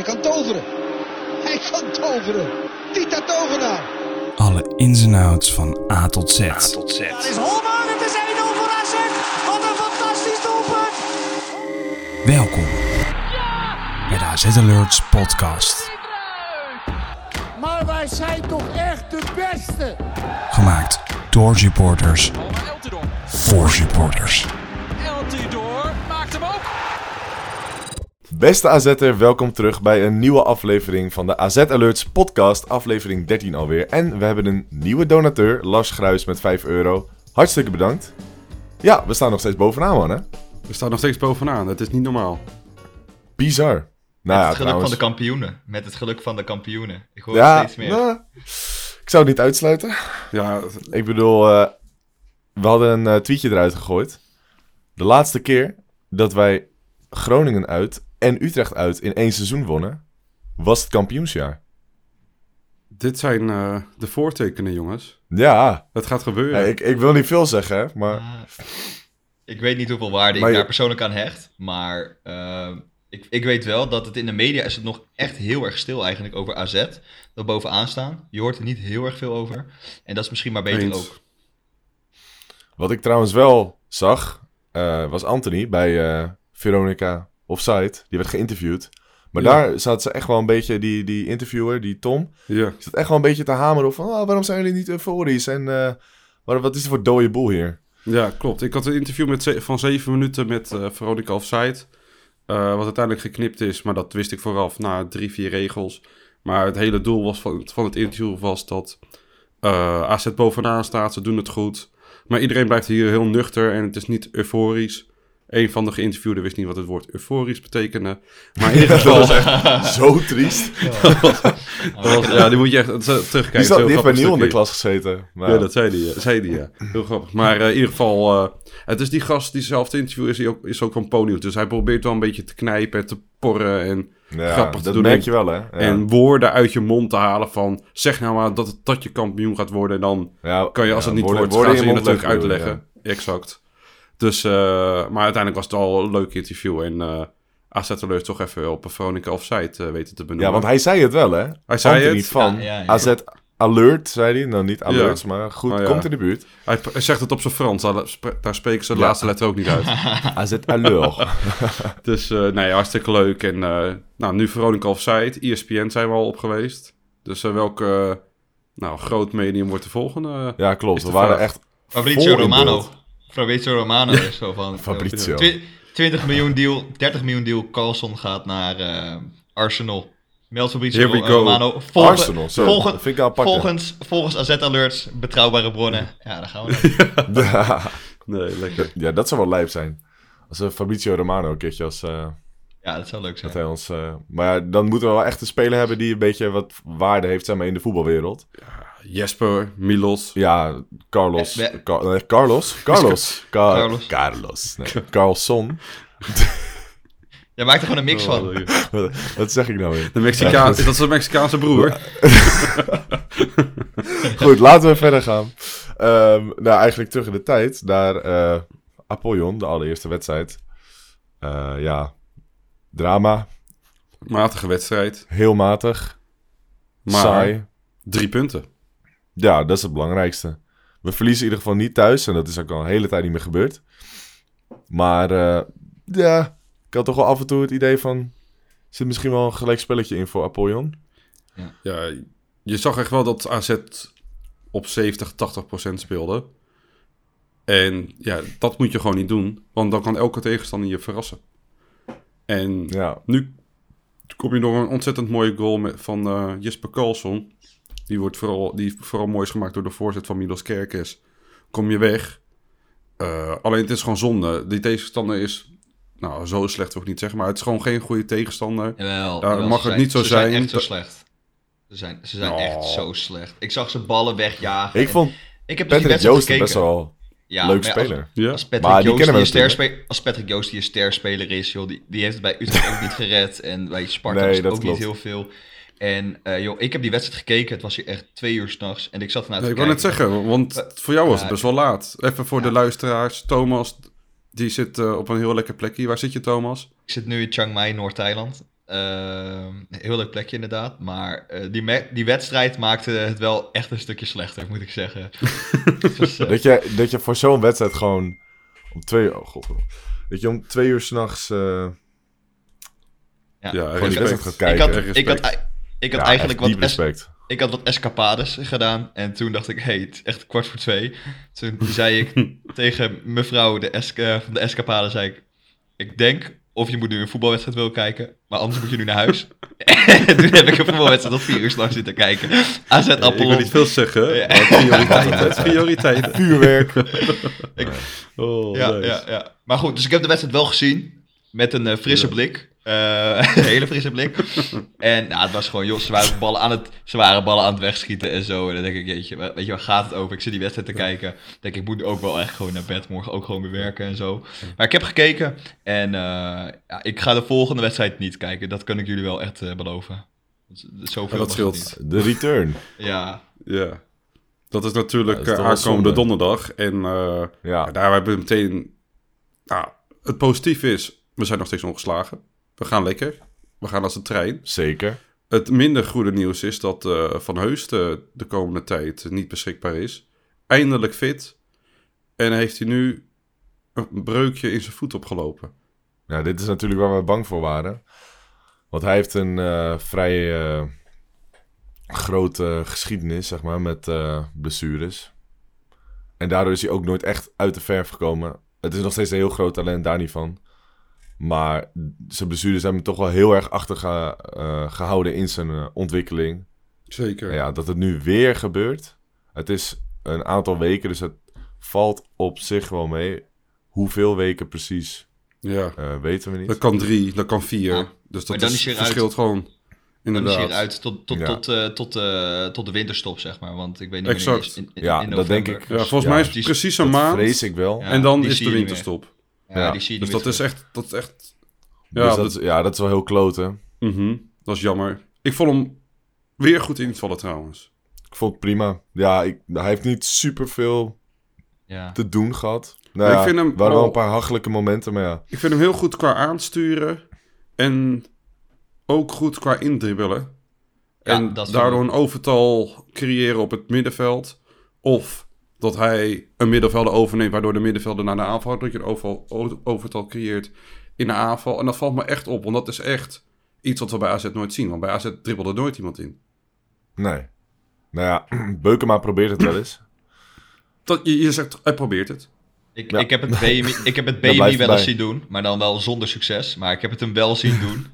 kan toveren. Hij kan toveren. Tita Tovenaar. Alle ins en outs van A tot Z. Het is Holman, het is 1-0 voor AZ. Wat een fantastisch doelpunt. Welkom bij de AZ Alerts podcast. Maar wij zijn toch echt de beste. Gemaakt door supporters. Voor supporters. Eltidoor maakt hem ook. Beste AZ'er, welkom terug bij een nieuwe aflevering van de AZ Alerts podcast, aflevering 13 alweer. En we hebben een nieuwe donateur, Lars Gruis met €5. Hartstikke bedankt. Ja, we staan nog steeds bovenaan, man, hè? We staan nog steeds bovenaan, het is niet normaal. Bizar. Nou, Met het geluk van de kampioenen. Met het geluk van de kampioenen. Ik hoor ja, het steeds meer. Nou, ik zou het niet uitsluiten. Ja, Ik bedoel, we hadden een tweetje eruit gegooid. De laatste keer dat wij Groningen uit en Utrecht uit in één seizoen wonnen, was het kampioensjaar. dit zijn de voortekenen, jongens. Ja, Het gaat gebeuren. ik wil niet veel zeggen, hè, maar... Ik weet niet hoeveel waarde Maar ik je- daar persoonlijk aan hecht. Maar ik weet wel dat het in de media is het nog echt heel erg stil eigenlijk over AZ. Dat bovenaan staan. Je hoort er niet heel erg veel over. En dat is misschien maar beter Eens. ook. Wat ik trouwens wel zag, was Anthony bij Veronica Offside. Die werd geïnterviewd. Maar Ja. daar zat ze echt wel een beetje, die interviewer, die Tom, Ja. die zat echt wel een beetje te hameren op van, waarom zijn jullie niet euforisch? En wat is er voor dode boel hier? Ja, klopt. Ik had een interview van 7 minuten met Veronica Offside. Wat uiteindelijk geknipt is, maar dat wist ik vooraf na 3-4 regels. Maar het hele doel van het interview was dat AZ bovenaan staat, ze doen het goed. Maar iedereen blijft hier heel nuchter en het is niet euforisch. Een van de geïnterviewden wist niet wat het woord euforisch betekende. Maar in ieder geval... Zo triest. Ja, die moet je echt terugkijken. Die Het is heel heeft bij grappig Niel in de stukje. klas gezeten. Maar Ja, dat zei die, ja. Heel grappig. Maar in ieder geval, het is die gast, diezelfde interview is ook van podium. Dus hij probeert wel een beetje te knijpen en te porren en ja, grappig te dat doen. merk je wel, hè? Ja. En woorden uit je mond te halen van, zeg nou maar dat je kampioen gaat worden. En dan Ja, kan je, als ja, het niet woorden- wordt, woorden gaan ze in je je mond natuurlijk leggen, uitleggen. Exact. Dus, maar uiteindelijk was het al een leuk interview. En AZ Alerts toch even op een Veronica Offside weten te benoemen. Ja, want hij zei het wel, hè? Hij zei Anthony het. van Ja. AZ Alert, zei hij. Nou, niet Alerts, maar goed, Oh, ja. komt in de buurt. Hij zegt het op zijn Frans, daar spreken ze de laatste letter ook niet uit. AZ Alert. Dus nee, hartstikke leuk. En nu Veronica Offside, ESPN zijn we al op geweest. Dus welke groot medium wordt de volgende? Ja, klopt. Is We de waren vraag. echt Fabrizio vol in Romano. beeld. Fabrizio Romano is zo van... Fabrizio. 20 miljoen deal, 30 miljoen deal. Carlson gaat naar Arsenal. Meld Fabrizio Here we go. Romano. Arsenal, zo. Dat vind ik al pakken. Volgens AZ Alerts, betrouwbare bronnen. Ja, daar gaan we. Ja. Nee, lekker. Ja, dat zou wel lijp zijn. Als Fabrizio Romano een keertje als... Ja, dat zou leuk zijn. dat hij ons, maar ja, dan moeten we wel echt een speler hebben die een beetje wat waarde heeft, zeg maar, in de voetbalwereld. Jesper, Milos. Ja, Carlos. Nee. Carlos? Carlos. Carlos. Nee, Carlson. Jij maakt er gewoon een mix van. Wat zeg ik nou weer? De Mexicaanse, dat is de Mexicaanse broer. Goed, laten we verder gaan. Eigenlijk terug in de tijd naar Apollon, de allereerste wedstrijd. Drama, Matige wedstrijd. heel matig, Maar saai. 3 punten. Ja, dat is het belangrijkste. We verliezen in ieder geval niet thuis. En dat is ook al een hele tijd niet meer gebeurd. Maar ik had toch wel af en toe het idee van... Er zit misschien wel een gelijk spelletje in voor Apollon. Ja, je zag echt wel dat AZ op 70-80% speelde. En ja, dat moet je gewoon niet doen. Want dan kan elke tegenstander je verrassen. En Ja, nu kom je door een ontzettend mooie goal van Jesper Carlson. Die vooral mooi is gemaakt door de voorzet van Milos Kerkez. Kom je weg. Alleen het is gewoon zonde. Die tegenstander is, zo slecht wil ik niet zeggen, maar het is gewoon geen goede tegenstander. Jawel, Daar jawel, mag ze het niet zo Ze zijn zijn. echt zo slecht. Ze zijn Oh. echt zo slecht. Ik zag ze ballen wegjagen. ik vond Ik heb dus die Patrick wedstrijd Joost gekeken. best wel Ja, leuk maar speler. Ja? Als Maar Patrick die Joost kennen we die een natuurlijk, als Patrick Joost die een sterspeler is, joh, die heeft het bij Utrecht ook niet gered. En bij Sparta Nee, was het dat ook klopt. niet heel veel. En ik heb die wedstrijd gekeken. Het was hier echt 2 uur 's nachts. En ik zat ernaar te Ik wou net kijken. zeggen, want voor jou was het best wel laat. Even voor de luisteraars. Thomas, die zit op een heel lekker plekje. Waar zit je, Thomas? Ik zit nu in Chiang Mai, Noord-Thailand. Heel leuk plekje inderdaad. Maar die wedstrijd maakte het wel echt een stukje slechter, moet ik zeggen. Dus, dat je voor zo'n wedstrijd gewoon om 2 uur... Oh god. Dat je om 2 uur 's nachts ja, gewoon die wedstrijd gaat kijken. Ik had eigenlijk diep respect. Ik had wat escapades gedaan. En toen dacht ik, het is echt 1:15. Toen zei ik tegen mevrouw van de escapade, zei ik denk of je moet nu een voetbalwedstrijd willen kijken, maar anders moet je nu naar huis. En toen heb ik een voetbalwedstrijd tot 4 uur 's nachts zitten kijken. AZ Apollon. Ik wil niet veel zeggen, maar prioriteit. Vuurwerk. Ja. Maar goed, dus ik heb de wedstrijd wel gezien. Met een frisse blik. Een hele frisse blik. En het was gewoon, joh, ze waren ballen aan het wegschieten en zo. En dan denk ik, weet je, waar gaat het over? Ik zit die wedstrijd te kijken. Ik moet ook wel echt gewoon naar bed. Morgen ook gewoon weer werken en zo. Maar ik heb gekeken. En ik ga de volgende wedstrijd niet kijken. Dat kan ik jullie wel echt beloven. Zoveel dat scheelt. De return. Ja. Dat is natuurlijk aankomende donderdag. En daar hebben we meteen... het positieve is, we zijn nog steeds ongeslagen. We gaan lekker. We gaan als een trein. Zeker. Het minder goede nieuws is dat Van Heusden de komende tijd niet beschikbaar is. Eindelijk fit. En heeft hij nu een breukje in zijn voet opgelopen. Ja, dit is natuurlijk waar we bang voor waren. Want hij heeft een vrij grote geschiedenis, zeg maar, met blessures. En daardoor is hij ook nooit echt uit de verf gekomen. Het is nog steeds een heel groot talent, daar niet van. Maar zijn blessures hebben hem toch wel heel erg achtergehouden in zijn ontwikkeling. Zeker. Ja, dat het nu weer gebeurt. Het is een aantal weken, dus het valt op zich wel mee. Hoeveel weken precies, weten we niet. Dat kan 3, dat kan 4. Ja. Dus dat verschilt gewoon. Inderdaad. Dan is hij eruit tot de winterstop, zeg maar. Want ik weet niet exact. In november. Dat denk ik. Ja, volgens mij is het precies een maand. Dat vrees ik wel. En dan is de winterstop. Die zie je dus dat is echt... Dat Dat is jammer. Ik vond hem weer goed invallen trouwens. Ik vond het prima. Ja, hij heeft niet superveel te doen gehad. Nou, ik vind hem waren wel een paar hachelijke momenten, maar ja. Ik vind hem heel goed qua aansturen. En ook goed qua indribbelen. En daardoor een overtal creëren op het middenveld. Of dat hij een middenvelder overneemt, waardoor de middenvelder naar de aanval, dat je een overtal creëert in de aanval. En dat valt me echt op, want dat is echt iets wat we bij AZ nooit zien. Want bij AZ dribbelde nooit iemand in. Nee. Nou ja, Beukema probeert het wel eens. Je zegt, hij probeert het. Ik heb het BMI wel eens zien doen, maar dan wel zonder succes. Maar ik heb het hem wel zien doen.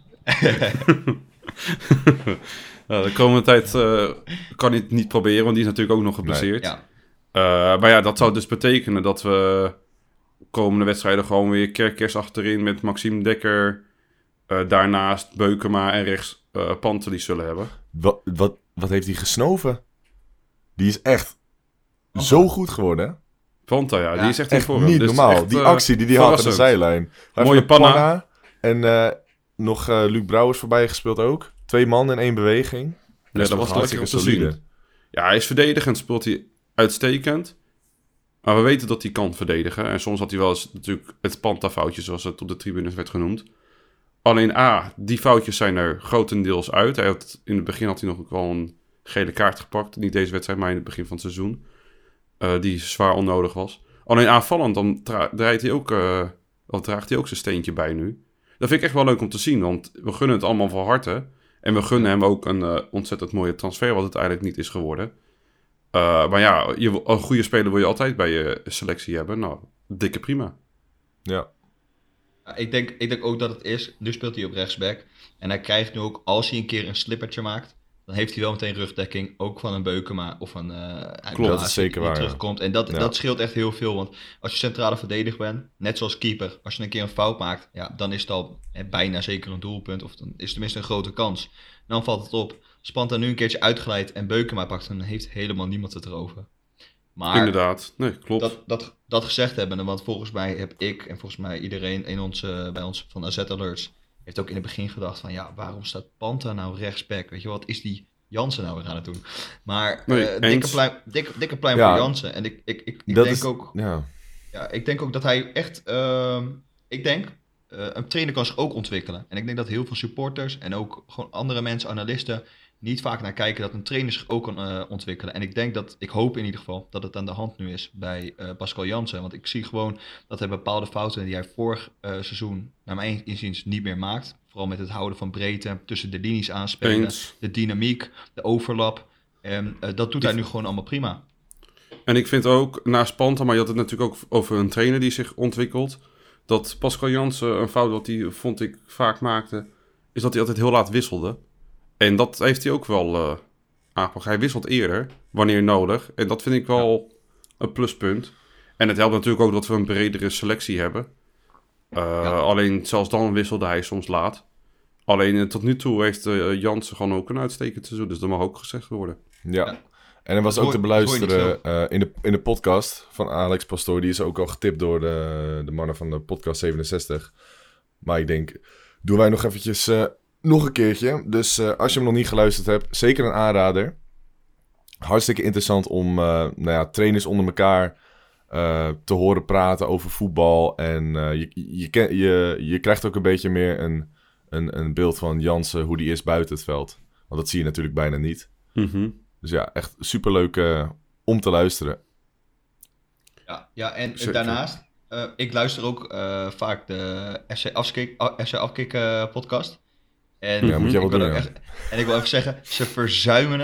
De komende tijd kan hij het niet proberen, want die is natuurlijk ook nog geblesseerd. Nee, maar ja, dat zou dus betekenen dat we komende wedstrijden gewoon weer Kerkers achterin met Maxime Dekker, daarnaast Beukema en rechts Pantelie zullen hebben. Wat heeft hij gesnoven? Die is echt zo goed geworden, hè? Panta, die is echt niet normaal. Echt, die actie die hij had aan de zijlijn. Mooie panna. En nog Luc Brouwers voorbij gespeeld ook. 2 man in 1 beweging. Ja, dat was hartstikke solide. Ja, hij is verdedigend, speelt hij uitstekend. Maar we weten dat hij kan verdedigen. En soms had hij wel eens natuurlijk het Panta-foutje, zoals het op de tribunes werd genoemd. Alleen die foutjes zijn er grotendeels uit. In het begin had hij nog wel een gele kaart gepakt. Niet deze wedstrijd, maar in het begin van het seizoen. Die zwaar onnodig was. Alleen aanvallend, dan draagt hij ook zijn steentje bij nu. Dat vind ik echt wel leuk om te zien, want we gunnen het allemaal van harte. En we gunnen hem ook een ontzettend mooie transfer, wat het eigenlijk niet is geworden. Maar ja, een goede speler wil je altijd bij je selectie hebben. Nou, dikke prima. Ja. Ik denk ook dat het is. Nu speelt hij op rechtsback. En hij krijgt nu ook, als hij een keer een slippertje maakt, dan heeft hij wel meteen rugdekking. Ook van een Beukema of een Klopt, dat is zeker waar, terugkomt. En dat scheelt echt heel veel. Want als je centrale verdediger bent, net zoals keeper, als je een keer een fout maakt, dan is het al bijna zeker een doelpunt. Of dan is het tenminste een grote kans. En dan valt het op. Spanta nu een keertje uitgeleid en Beukema pakt, dan heeft helemaal niemand het erover. Maar inderdaad, nee, klopt. Dat gezegd hebben, want volgens mij heb ik en volgens mij iedereen bij ons van AZ Alerts heeft ook in het begin gedacht van waarom staat Panta nou rechtsback? Weet je wat is die Jansen nou weer aan het doen? Maar dikke pluim voor Jansen. En ik denk ook dat hij echt, een trainer kan zich ook ontwikkelen. En ik denk dat heel veel supporters en ook gewoon andere mensen, analisten, niet vaak naar kijken dat een trainer zich ook kan ontwikkelen. En ik hoop in ieder geval dat het aan de hand nu is bij Pascal Jansen. Want ik zie gewoon dat hij bepaalde fouten die hij vorig seizoen, naar mijn inziens, niet meer maakt. Vooral met het houden van breedte, tussen de linies aanspelen, de dynamiek, de overlap. En dat doet hij nu gewoon allemaal prima. En ik vind ook, naast Panta, maar je had het natuurlijk ook over een trainer die zich ontwikkelt, dat Pascal Jansen, een fout wat hij, vond ik, vaak maakte, is dat hij altijd heel laat wisselde. En dat heeft hij ook wel aangepakt. Hij wisselt eerder, wanneer nodig. En dat vind ik wel een pluspunt. En het helpt natuurlijk ook dat we een bredere selectie hebben. Alleen zelfs dan wisselde hij soms laat. Alleen tot nu toe heeft Jansen gewoon ook een uitstekend seizoen. Dus dat mag ook gezegd worden. Ja. En er was ook te beluisteren in de podcast van Alex Pastoor. Die is ook al getipt door de mannen van de podcast 67. Maar ik denk, doen wij nog eventjes nog een keertje. Dus als je hem nog niet geluisterd hebt, zeker een aanrader. Hartstikke interessant om trainers onder elkaar te horen praten over voetbal. En je krijgt ook een beetje meer een beeld van Jansen, hoe die is buiten het veld. Want dat zie je natuurlijk bijna niet. Mm-hmm. Dus ja, echt superleuk om te luisteren. Ja, en daarnaast, ik luister ook vaak de FC Afkick podcast. En moet jij wel doen, en ik wil even zeggen, ze verzuimen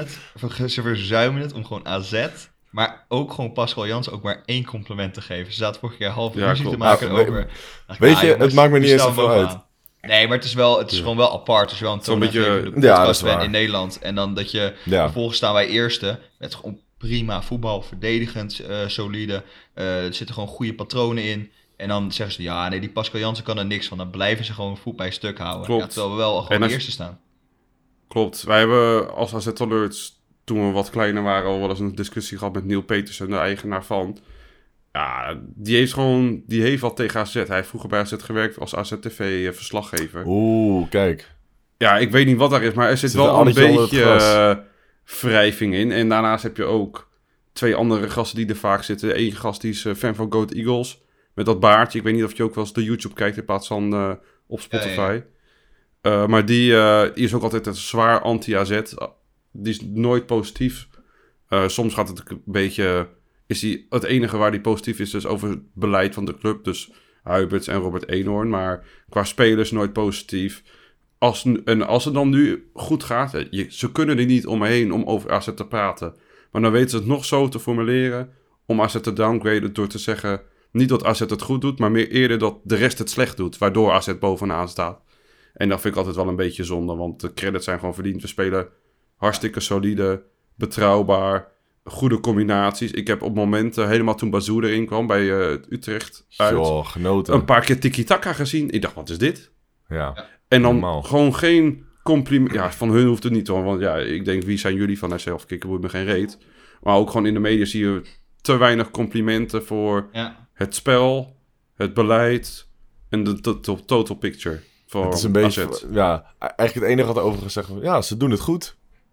het om gewoon AZ, maar ook gewoon Pascal Jansen ook maar 1 compliment te geven. Ze zaten vorige keer half ruzie te maken over. Weet je, het maakt me niet eens zoveel uit. Nee, maar het is gewoon wel apart. Het is wel een toonaangevende podcastfan in Nederland. En dan dat je vervolgens staan wij eerste met gewoon prima voetbal, verdedigend, solide. Er zitten gewoon goede patronen in. En dan zeggen ze, die Pascal Jansen kan er niks van. Dan blijven ze gewoon voet bij stuk houden. Klopt. Ja, terwijl we wel gewoon de eerste staan. Klopt. Wij hebben als AZ Alerts, toen we wat kleiner waren, al wel eens een discussie gehad met Neil Petersen, de eigenaar van. Ja, die heeft al tegen AZ. Hij heeft vroeger bij AZ gewerkt als AZ-TV-verslaggever. Oeh, kijk. Ja, ik weet niet wat daar is, maar er zit wel een beetje wrijving in. En daarnaast heb je ook 2 andere gasten die er vaak zitten. Eén gast die is fan van Goat Eagles, met dat baardje. Ik weet niet of je ook wel eens de YouTube kijkt in plaats van op Spotify. Ja. Maar die is ook altijd een zwaar anti-AZ. Die is nooit positief. Soms gaat het een beetje... is hij het enige waar hij positief is, dus over het beleid van de club. Dus Huiberts en Robert Eenhoorn. Maar qua spelers nooit positief. Als het dan nu goed gaat, ze kunnen er niet omheen om over AZ te praten. Maar dan weten ze het nog zo te formuleren om AZ te downgraden door te zeggen, niet dat AZ het goed doet, maar meer eerder dat de rest het slecht doet, waardoor AZ bovenaan staat. En dat vind ik altijd wel een beetje zonde, want de credits zijn gewoon verdiend. We spelen hartstikke solide, betrouwbaar, goede combinaties. Ik heb op momenten, helemaal toen Bazoer erin kwam bij Utrecht uit, genoten. Een paar keer tiki-taka gezien. Ik dacht, wat is dit? Ja. En dan gewoon geen compliment. Ja, van hun hoeft het niet hoor. Want ja, ik denk, wie zijn jullie van zelf? Kikken moet me geen reet. Maar ook gewoon in de media zie je te weinig complimenten voor het spel, het beleid en de total picture. Voor het is een beetje, eigenlijk het enige wat er over gezegd wordt. Ja, ze doen het goed.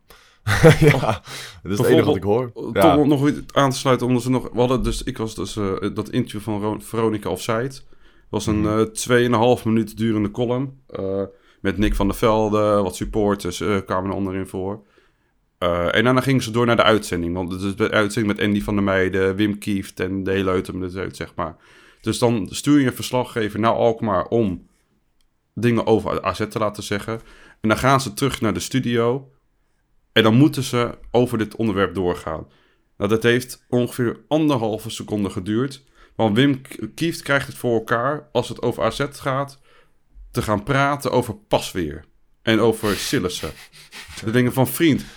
Ja, dat is het enige wat ik hoor. Om nog weer aan te sluiten, omdat ik was dus dat interview van Veronica Offside. Het was een 2,5 minuut durende column. Met Nick van der Velde, wat supporters kwamen er onderin voor. En daarna gingen ze door naar de uitzending. Want het is de uitzending met Andy van der Meijden, Wim Kieft en de hele uit, zeg maar. Dus dan stuur je een verslaggever naar Alkmaar om dingen over AZ te laten zeggen. En dan gaan ze terug naar de studio. En dan moeten ze over dit onderwerp doorgaan. Nou, dat heeft ongeveer 1,5 seconde geduurd. Want Wim Kieft krijgt het voor elkaar, als het over AZ gaat, te gaan praten over Pasveer. En over Sillissen. De dingen van vriend.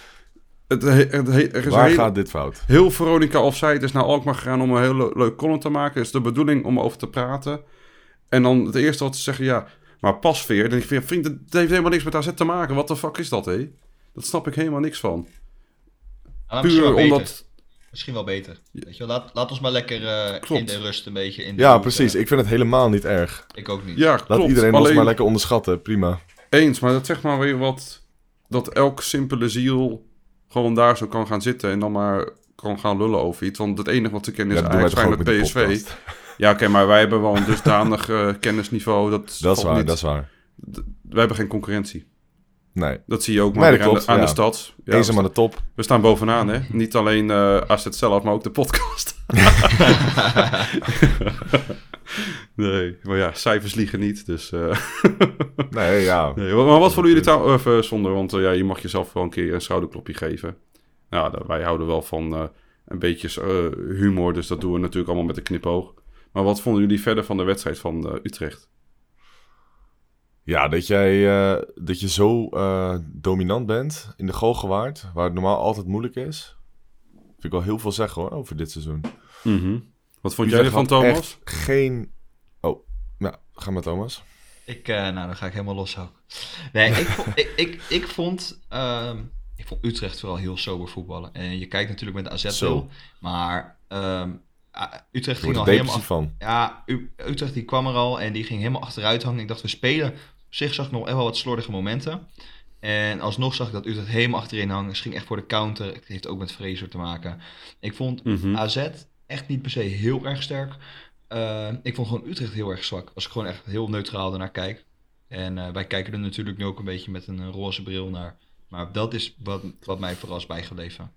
Waar gaat dit fout? Heel Veronica Offside is naar Alkmaar gegaan om een heel leuk column te maken. Het is de bedoeling om over te praten. En dan het eerste wat ze zeggen, maar Pasveer. Dan denk ik, vriend, het heeft helemaal niks met AZ te maken. Wat de fuck is dat, hé? Dat snap ik helemaal niks van. Puur omdat... Misschien wel beter. Weet je, laat ons maar lekker in de rust een beetje in de precies. Ik vind het helemaal niet erg. Ik ook niet. Ja, klopt. Laat iedereen ons maar lekker onderschatten. Prima. Eens, maar dat zegt maar weer wat... dat elk simpele ziel gewoon daar zo kan gaan zitten en dan maar kan gaan lullen over iets. Want het enige wat ze kennen is Ajax, Feyenoord, PSV. Ja, oké, maar wij hebben wel een dusdanig kennisniveau. Dat Dat is valt waar, niet. dat is waar. Wij hebben geen concurrentie. Nee. Dat zie je ook Nee, maar dat weer klopt, aan ja. de stads. Ja, Eenzaam aan de top. we staan bovenaan, hè? Niet alleen AZ zelf, maar ook de podcast. Nee, maar ja, cijfers liegen niet, dus... Nee, ja. Nee, maar wat vonden jullie even zonder? Want ja, je mag jezelf wel een keer een schouderklopje geven. Nou, wij houden wel van een beetje humor, dus dat doen we natuurlijk allemaal met een knipoog. Maar wat vonden jullie verder van de wedstrijd van Utrecht? Ja, dat je zo dominant bent in de Galgenwaard, waar het normaal altijd moeilijk is. Vind ik wel heel veel zeggen hoor, over dit seizoen. Wat vond jij ervan, Utrecht had Thomas? echt geen... Oh, nou, ga maar Thomas. Dan ga ik helemaal los ook. Nee, ik vond Utrecht vooral heel sober voetballen. En je kijkt natuurlijk met de AZ Zo. wel, maar Utrecht Je ging wordt al er helemaal... depressief van. Ja, Utrecht die kwam er al en die ging helemaal achteruit hangen. Ik dacht, we spelen. Op zich zag ik nog echt wel wat slordige momenten. En alsnog zag ik dat Utrecht helemaal achterin hangen. Ze ging echt voor de counter. Het heeft ook met Fraser te maken. Ik vond AZ echt niet per se heel erg sterk. Ik vond gewoon Utrecht heel erg zwak. Als ik gewoon echt heel neutraal ernaar kijk. En wij kijken er natuurlijk nu ook een beetje met een roze bril naar. Maar dat is wat mij vooral is bijgebleven.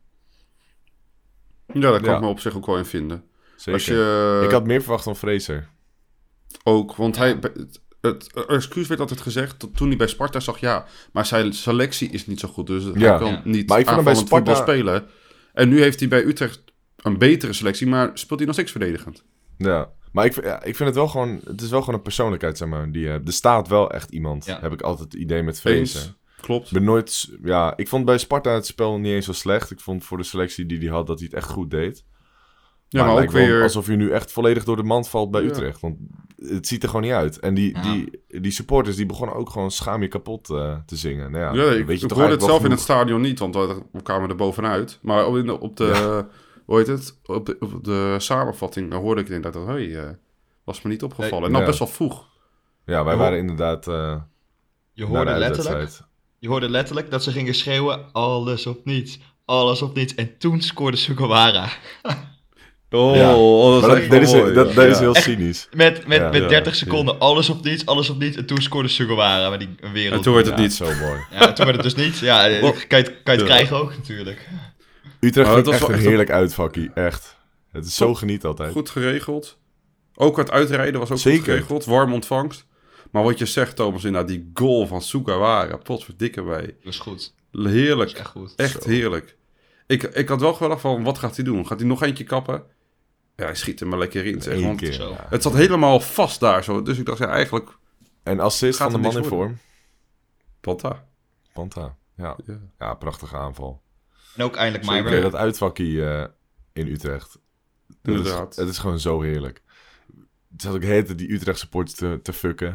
Ja, daar kan Ja. ik me op zich ook wel in vinden. Zeker. Als je... Ik had meer verwacht van Fraser. Ook, want het excuus werd altijd gezegd, toen hij bij Sparta zag, ja, maar zijn selectie is niet zo goed, dus hij Ja. kan Ja. niet Maar ik vond hem bij aanvallend voetbal Sparta- spelen. En nu heeft hij bij Utrecht een betere selectie, maar speelt hij nog steeds verdedigend. Ja. Maar ik vind het wel gewoon... Het is wel gewoon een persoonlijkheid, zeg maar. Er staat wel echt iemand. Ja. Heb ik altijd het idee met Fraser. Eens, klopt. Ik ben nooit... Ja, ik vond bij Sparta het spel niet eens zo slecht. Ik vond voor de selectie die hij had, dat hij het echt goed deed. Ja, maar het ook lijkt wel weer... alsof hij nu echt volledig door de mand valt bij Ja. Utrecht. Want het ziet er gewoon niet uit. En die supporters, die begonnen ook gewoon schaam je kapot te zingen. Nou ja, Ja, weet ik je toch hoorde het eigenlijk wel zelf in het genoeg. stadion niet, want we kwamen er bovenuit. Maar op de, hoe heet het? Op de samenvatting hoorde ik inderdaad dat, was me niet opgevallen. En dan Ja. best wel vroeg. Ja, wij waren inderdaad Je naar de hoorde uitwedstrijd. letterlijk dat ze gingen schreeuwen, alles of niets. Alles of niets. En toen scoorde Sugawara. Oh, Ja. dat Maar is echt dat is, wel mooi. dat is heel cynisch. Met Ja. 30 seconden, alles of niets, alles of niets. En toen scoorde Sugawara met die wereld. En toen werd het Ja, niet. zo mooi. Ja, toen werd het dus niet. Ja, kan je het krijgen ook natuurlijk. Utrecht Maar vind het ik was echt wel een echt heerlijk uitvakkie. Echt. Het is zo geniet altijd. Goed geregeld. Ook het uitrijden was ook Zeker. goed geregeld. Warm ontvangst. Maar wat je zegt, Thomas, inderdaad, die goal van Sugawara. Potverdikke bij. Dat is goed. Heerlijk. Dat is echt goed. Echt heerlijk. Ik had wel gedacht van, wat gaat hij doen? Gaat hij nog eentje kappen? Ja, hij schiet er maar lekker in. Zeg, Eén want keer. Zo. Ja. het zat helemaal vast daar zo. Dus ik dacht, ja, eigenlijk... En assist Gaat van de er man niks in worden. vorm. Panta. Panta. Ja. Ja. Ja, prachtige aanval. En ook eindelijk Zeker Myron. dat uitvakkie in Utrecht. Inderdaad. Het is gewoon zo heerlijk. Het zat ook heet die Utrecht supporters te fucken.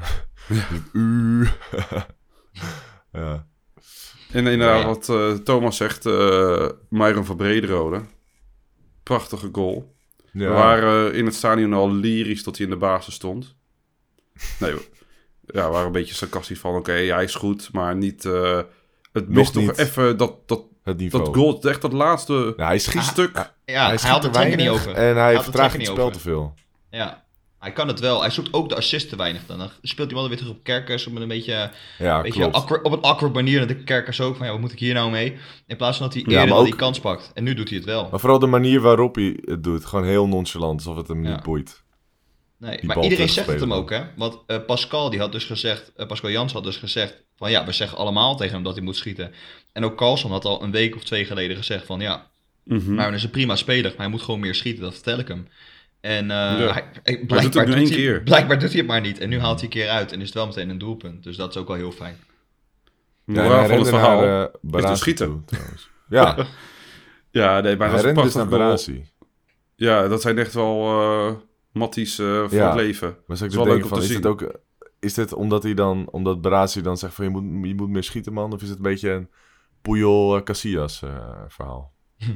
Ja. En inderdaad, Ja. wat Thomas zegt, Myron van Brederode. Prachtige goal. Ja. We waren in het stadion al lyrisch tot hij in de basis stond. Nee, we waren een beetje sarcastisch van, oké, hij is goed, maar niet... het mist toch niet. even dat Het niveau. dat goal, echt dat laatste Ja, hij schiet stuk. Ja, hij schiet haalt de te trekker niet weinig over. En hij haalt de vertraagt trekker het niet spel over. te veel. Ja, hij kan het wel. Hij zoekt ook de assist te weinig dan. Dan speelt hij wel weer terug op Kerkers op een beetje, Ja, klopt. op een awkward manier. Dat de Kerkers ook van, ja, wat moet ik hier nou mee? In plaats van dat hij Ja, eerder maar al ook- die kans pakt. En nu doet hij het wel. Maar vooral de manier waarop hij het doet. Gewoon heel nonchalant, alsof het hem Ja. niet boeit. Nee, die maar bal iedereen zegt het hem terugspelen. ook, hè? Want Pascal, die had dus gezegd, Pascal Jans had dus gezegd van ja, we zeggen allemaal tegen hem dat hij moet schieten. En ook Carlson had al een week of 2 geleden gezegd van ja, Myron is een prima speler, maar hij moet gewoon meer schieten, dat vertel ik hem. En doet het nu één keer. Blijkbaar doet hij het maar niet. En nu haalt hij een keer uit en is het wel meteen een doelpunt. Dus dat is ook wel heel fijn. Moraal hij van het rende verhaal naar, is Barasi dus schieten. toe, trouwens. Ja, Ja, nee, maar hij dat is rende dus naar prachtig goal. Barasi. Ja, dat zijn echt wel matties voor Ja. het leven. Maar zou is ik wel denken leuk om van, te is dit omdat Barasi dan zegt van je moet meer schieten, man? Of is het een beetje een Puyol Casillas verhaal?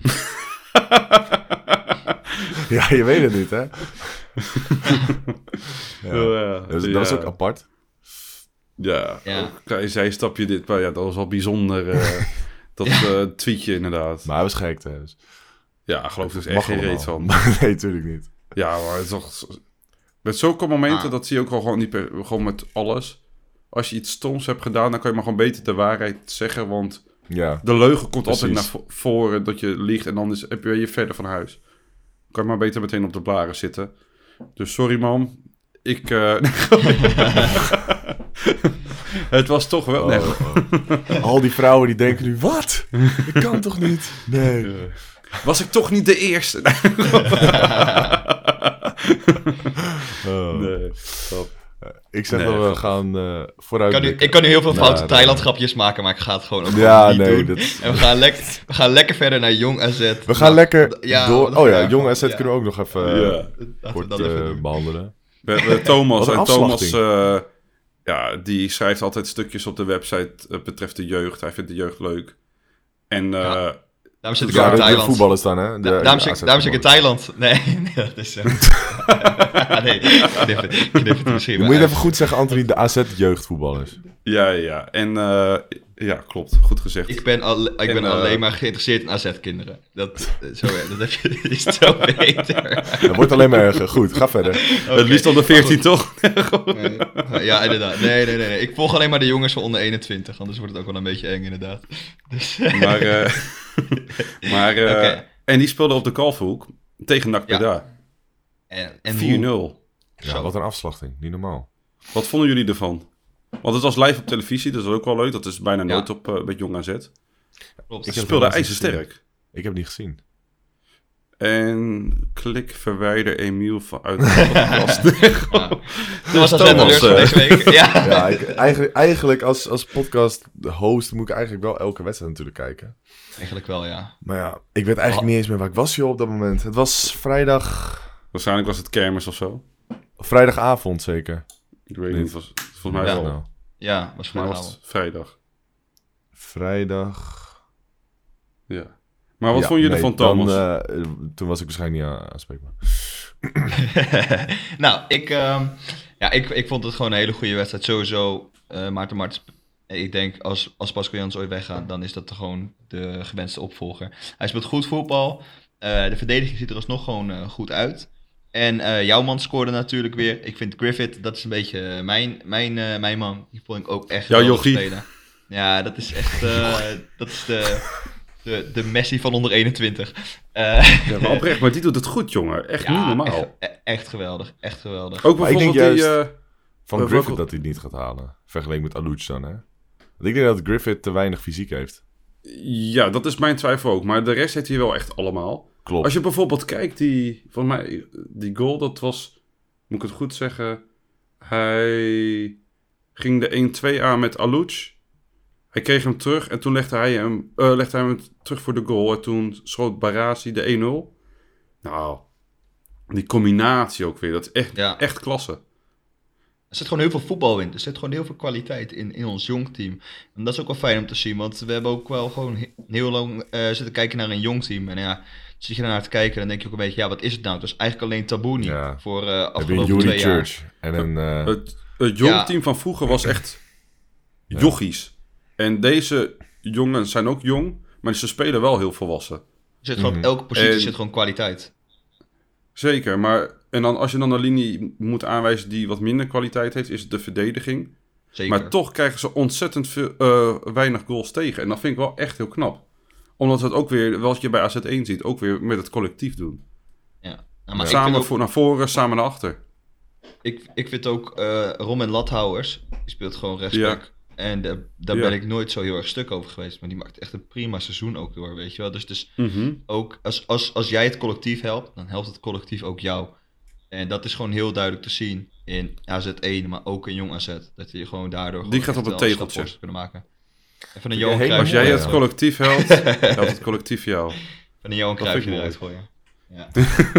Ja, je weet het niet, hè? Ja. Dat is ook apart. Ja, Ja. ook klein zijstapje dit. Maar ja, dat was wel bijzonder. Dat tweetje inderdaad. Maar hij was gek, hè? Dus Ja, geloof er dus mag echt geen reet allemaal. van. Nee, natuurlijk niet. Ja, maar het is toch... Met zulke momenten, dat zie je ook al gewoon niet gewoon met alles. Als je iets stoms hebt gedaan, dan kan je maar gewoon beter de waarheid zeggen. Want de leugen komt altijd naar voren dat je liegt. En dan heb je verder van huis. Dan kan je maar beter meteen op de blaren zitten. Dus sorry, mam. Het was toch wel... Al die vrouwen die denken nu, wat? Dat kan toch niet? Nee. Was ik toch niet de eerste? Nee. Ik zeg dat we gaan vooruit. Ik kan nu heel veel foute Thailand grapjes maken, maar ik ga het gewoon ook niet doen. En we gaan lekker verder naar Jong AZ. We gaan lekker door. Jong AZ kunnen we ook nog even kort behandelen. Thomas. En Thomas die schrijft altijd stukjes op de website betreft de jeugd. Hij vindt de jeugd leuk. En... Daarom zit ik in Thailand. De voetballers dan, hè? Daarom zit ik in Thailand. Nee, dat is... nee, knip het misschien. Je moet je even goed zeggen, Anthony, de AZ-jeugdvoetballers. Ja. En klopt. Goed gezegd. Ik ben alleen maar geïnteresseerd in AZ-kinderen. Dat heb je, is zo beter. Dat wordt alleen maar erger. Goed, ga verder. Okay. Het liefst onder 14, toch? Nee. Ja, inderdaad. Nee. Ik volg alleen maar de jongens van onder 21. Anders wordt het ook wel een beetje eng, inderdaad. Dus... Okay. En die speelde op de Kalverhoek tegen NAC Breda. En 4-0. Ja, wat een afslachting. Niet normaal. Wat vonden jullie ervan? Want het was live op televisie, dus dat is ook wel leuk. Dat is bijna nooit op met Jong AZ. Klopt. Ze speelde ijzersterk. Ik heb het niet gezien. En verwijder Emiel uit de podcast. Dat was AZ deze week. Ja, eigenlijk als podcast host moet ik eigenlijk wel elke wedstrijd natuurlijk kijken. Eigenlijk wel, ja. Maar ja, ik weet eigenlijk niet eens meer waar ik was joh, op dat moment. Het was vrijdag... Waarschijnlijk was het kermis of zo. Vrijdagavond zeker. Ik weet niet, volgens mij wel. Nou. Ja, was vrijdagavond. Vrijdag. Vrijdag... Ja. Maar wat vonden jullie van Thomas? Toen was ik waarschijnlijk niet aanspreekbaar. Nou, ik vond het gewoon een hele goede wedstrijd. Sowieso, Maarten Martens. Ik denk, als Pascal Jans ooit weggaat, dan is dat gewoon de gewenste opvolger. Hij speelt goed voetbal. De verdediging ziet er alsnog gewoon goed uit. En jouw man scoorde natuurlijk weer. Ik vind Griffith, dat is een beetje mijn man. Die vond ik ook echt jouw spelen. Ja, dat is echt... dat is de Messi van onder 21. Ja, maar oprecht, maar die doet het goed, jongen. Echt niet normaal. Echt geweldig. Echt geweldig. Ook bijvoorbeeld ik denk juist van Griffith dat hij het niet gaat halen. Vergeleken met Alouche dan, hè? Want ik denk dat Griffith te weinig fysiek heeft. Ja, dat is mijn twijfel ook. Maar de rest heeft hij wel echt allemaal. Klopt. Als je bijvoorbeeld kijkt, volgens mij, die goal, dat was... Moet ik het goed zeggen? Hij ging de 1-2 aan met Alouche. Hij kreeg hem terug en toen legde hij hem terug voor de goal. En toen schoot Barasi de 1-0. Nou, die combinatie ook weer. Dat is echt klasse. Er zit gewoon heel veel voetbal in. Er zit gewoon heel veel kwaliteit in ons jong team. En dat is ook wel fijn om te zien. Want we hebben ook wel gewoon heel lang zitten kijken naar een jong team. En ja, zit je daarnaar te kijken, dan denk je ook een beetje... Ja, wat is het nou? Het was eigenlijk alleen Tabouni voor afgelopen 2 jaar. Church en het jong team van vroeger was echt jochies. En deze jongens zijn ook jong, maar ze spelen wel heel volwassen. Er zit gewoon op elke positie zit gewoon kwaliteit. Zeker, maar en dan, als je dan een linie moet aanwijzen die wat minder kwaliteit heeft, is het de verdediging. Zeker. Maar toch krijgen ze ontzettend weinig goals tegen. En dat vind ik wel echt heel knap. Omdat ze het ook weer, wat je bij AZ1 ziet, ook weer met het collectief doen. Ja. Nou, maar samen naar voren, samen naar achter. Ik vind ook Romain Lathouwers, die speelt gewoon rechtsback. Ja. En daar ben ik nooit zo heel erg stuk over geweest. Maar die maakt echt een prima seizoen ook door, weet je wel. Dus ook als jij het collectief helpt, dan helpt het collectief ook jou. En dat is gewoon heel duidelijk te zien in AZ1, maar ook in Jong AZ. Dat je gewoon daardoor die gaat op het tegeltje kunnen maken. Even een Johan Cruijff. Als jij het collectief helpt, helpt het collectief jou. Van een Johan Cruijff eruit gooien. Ja.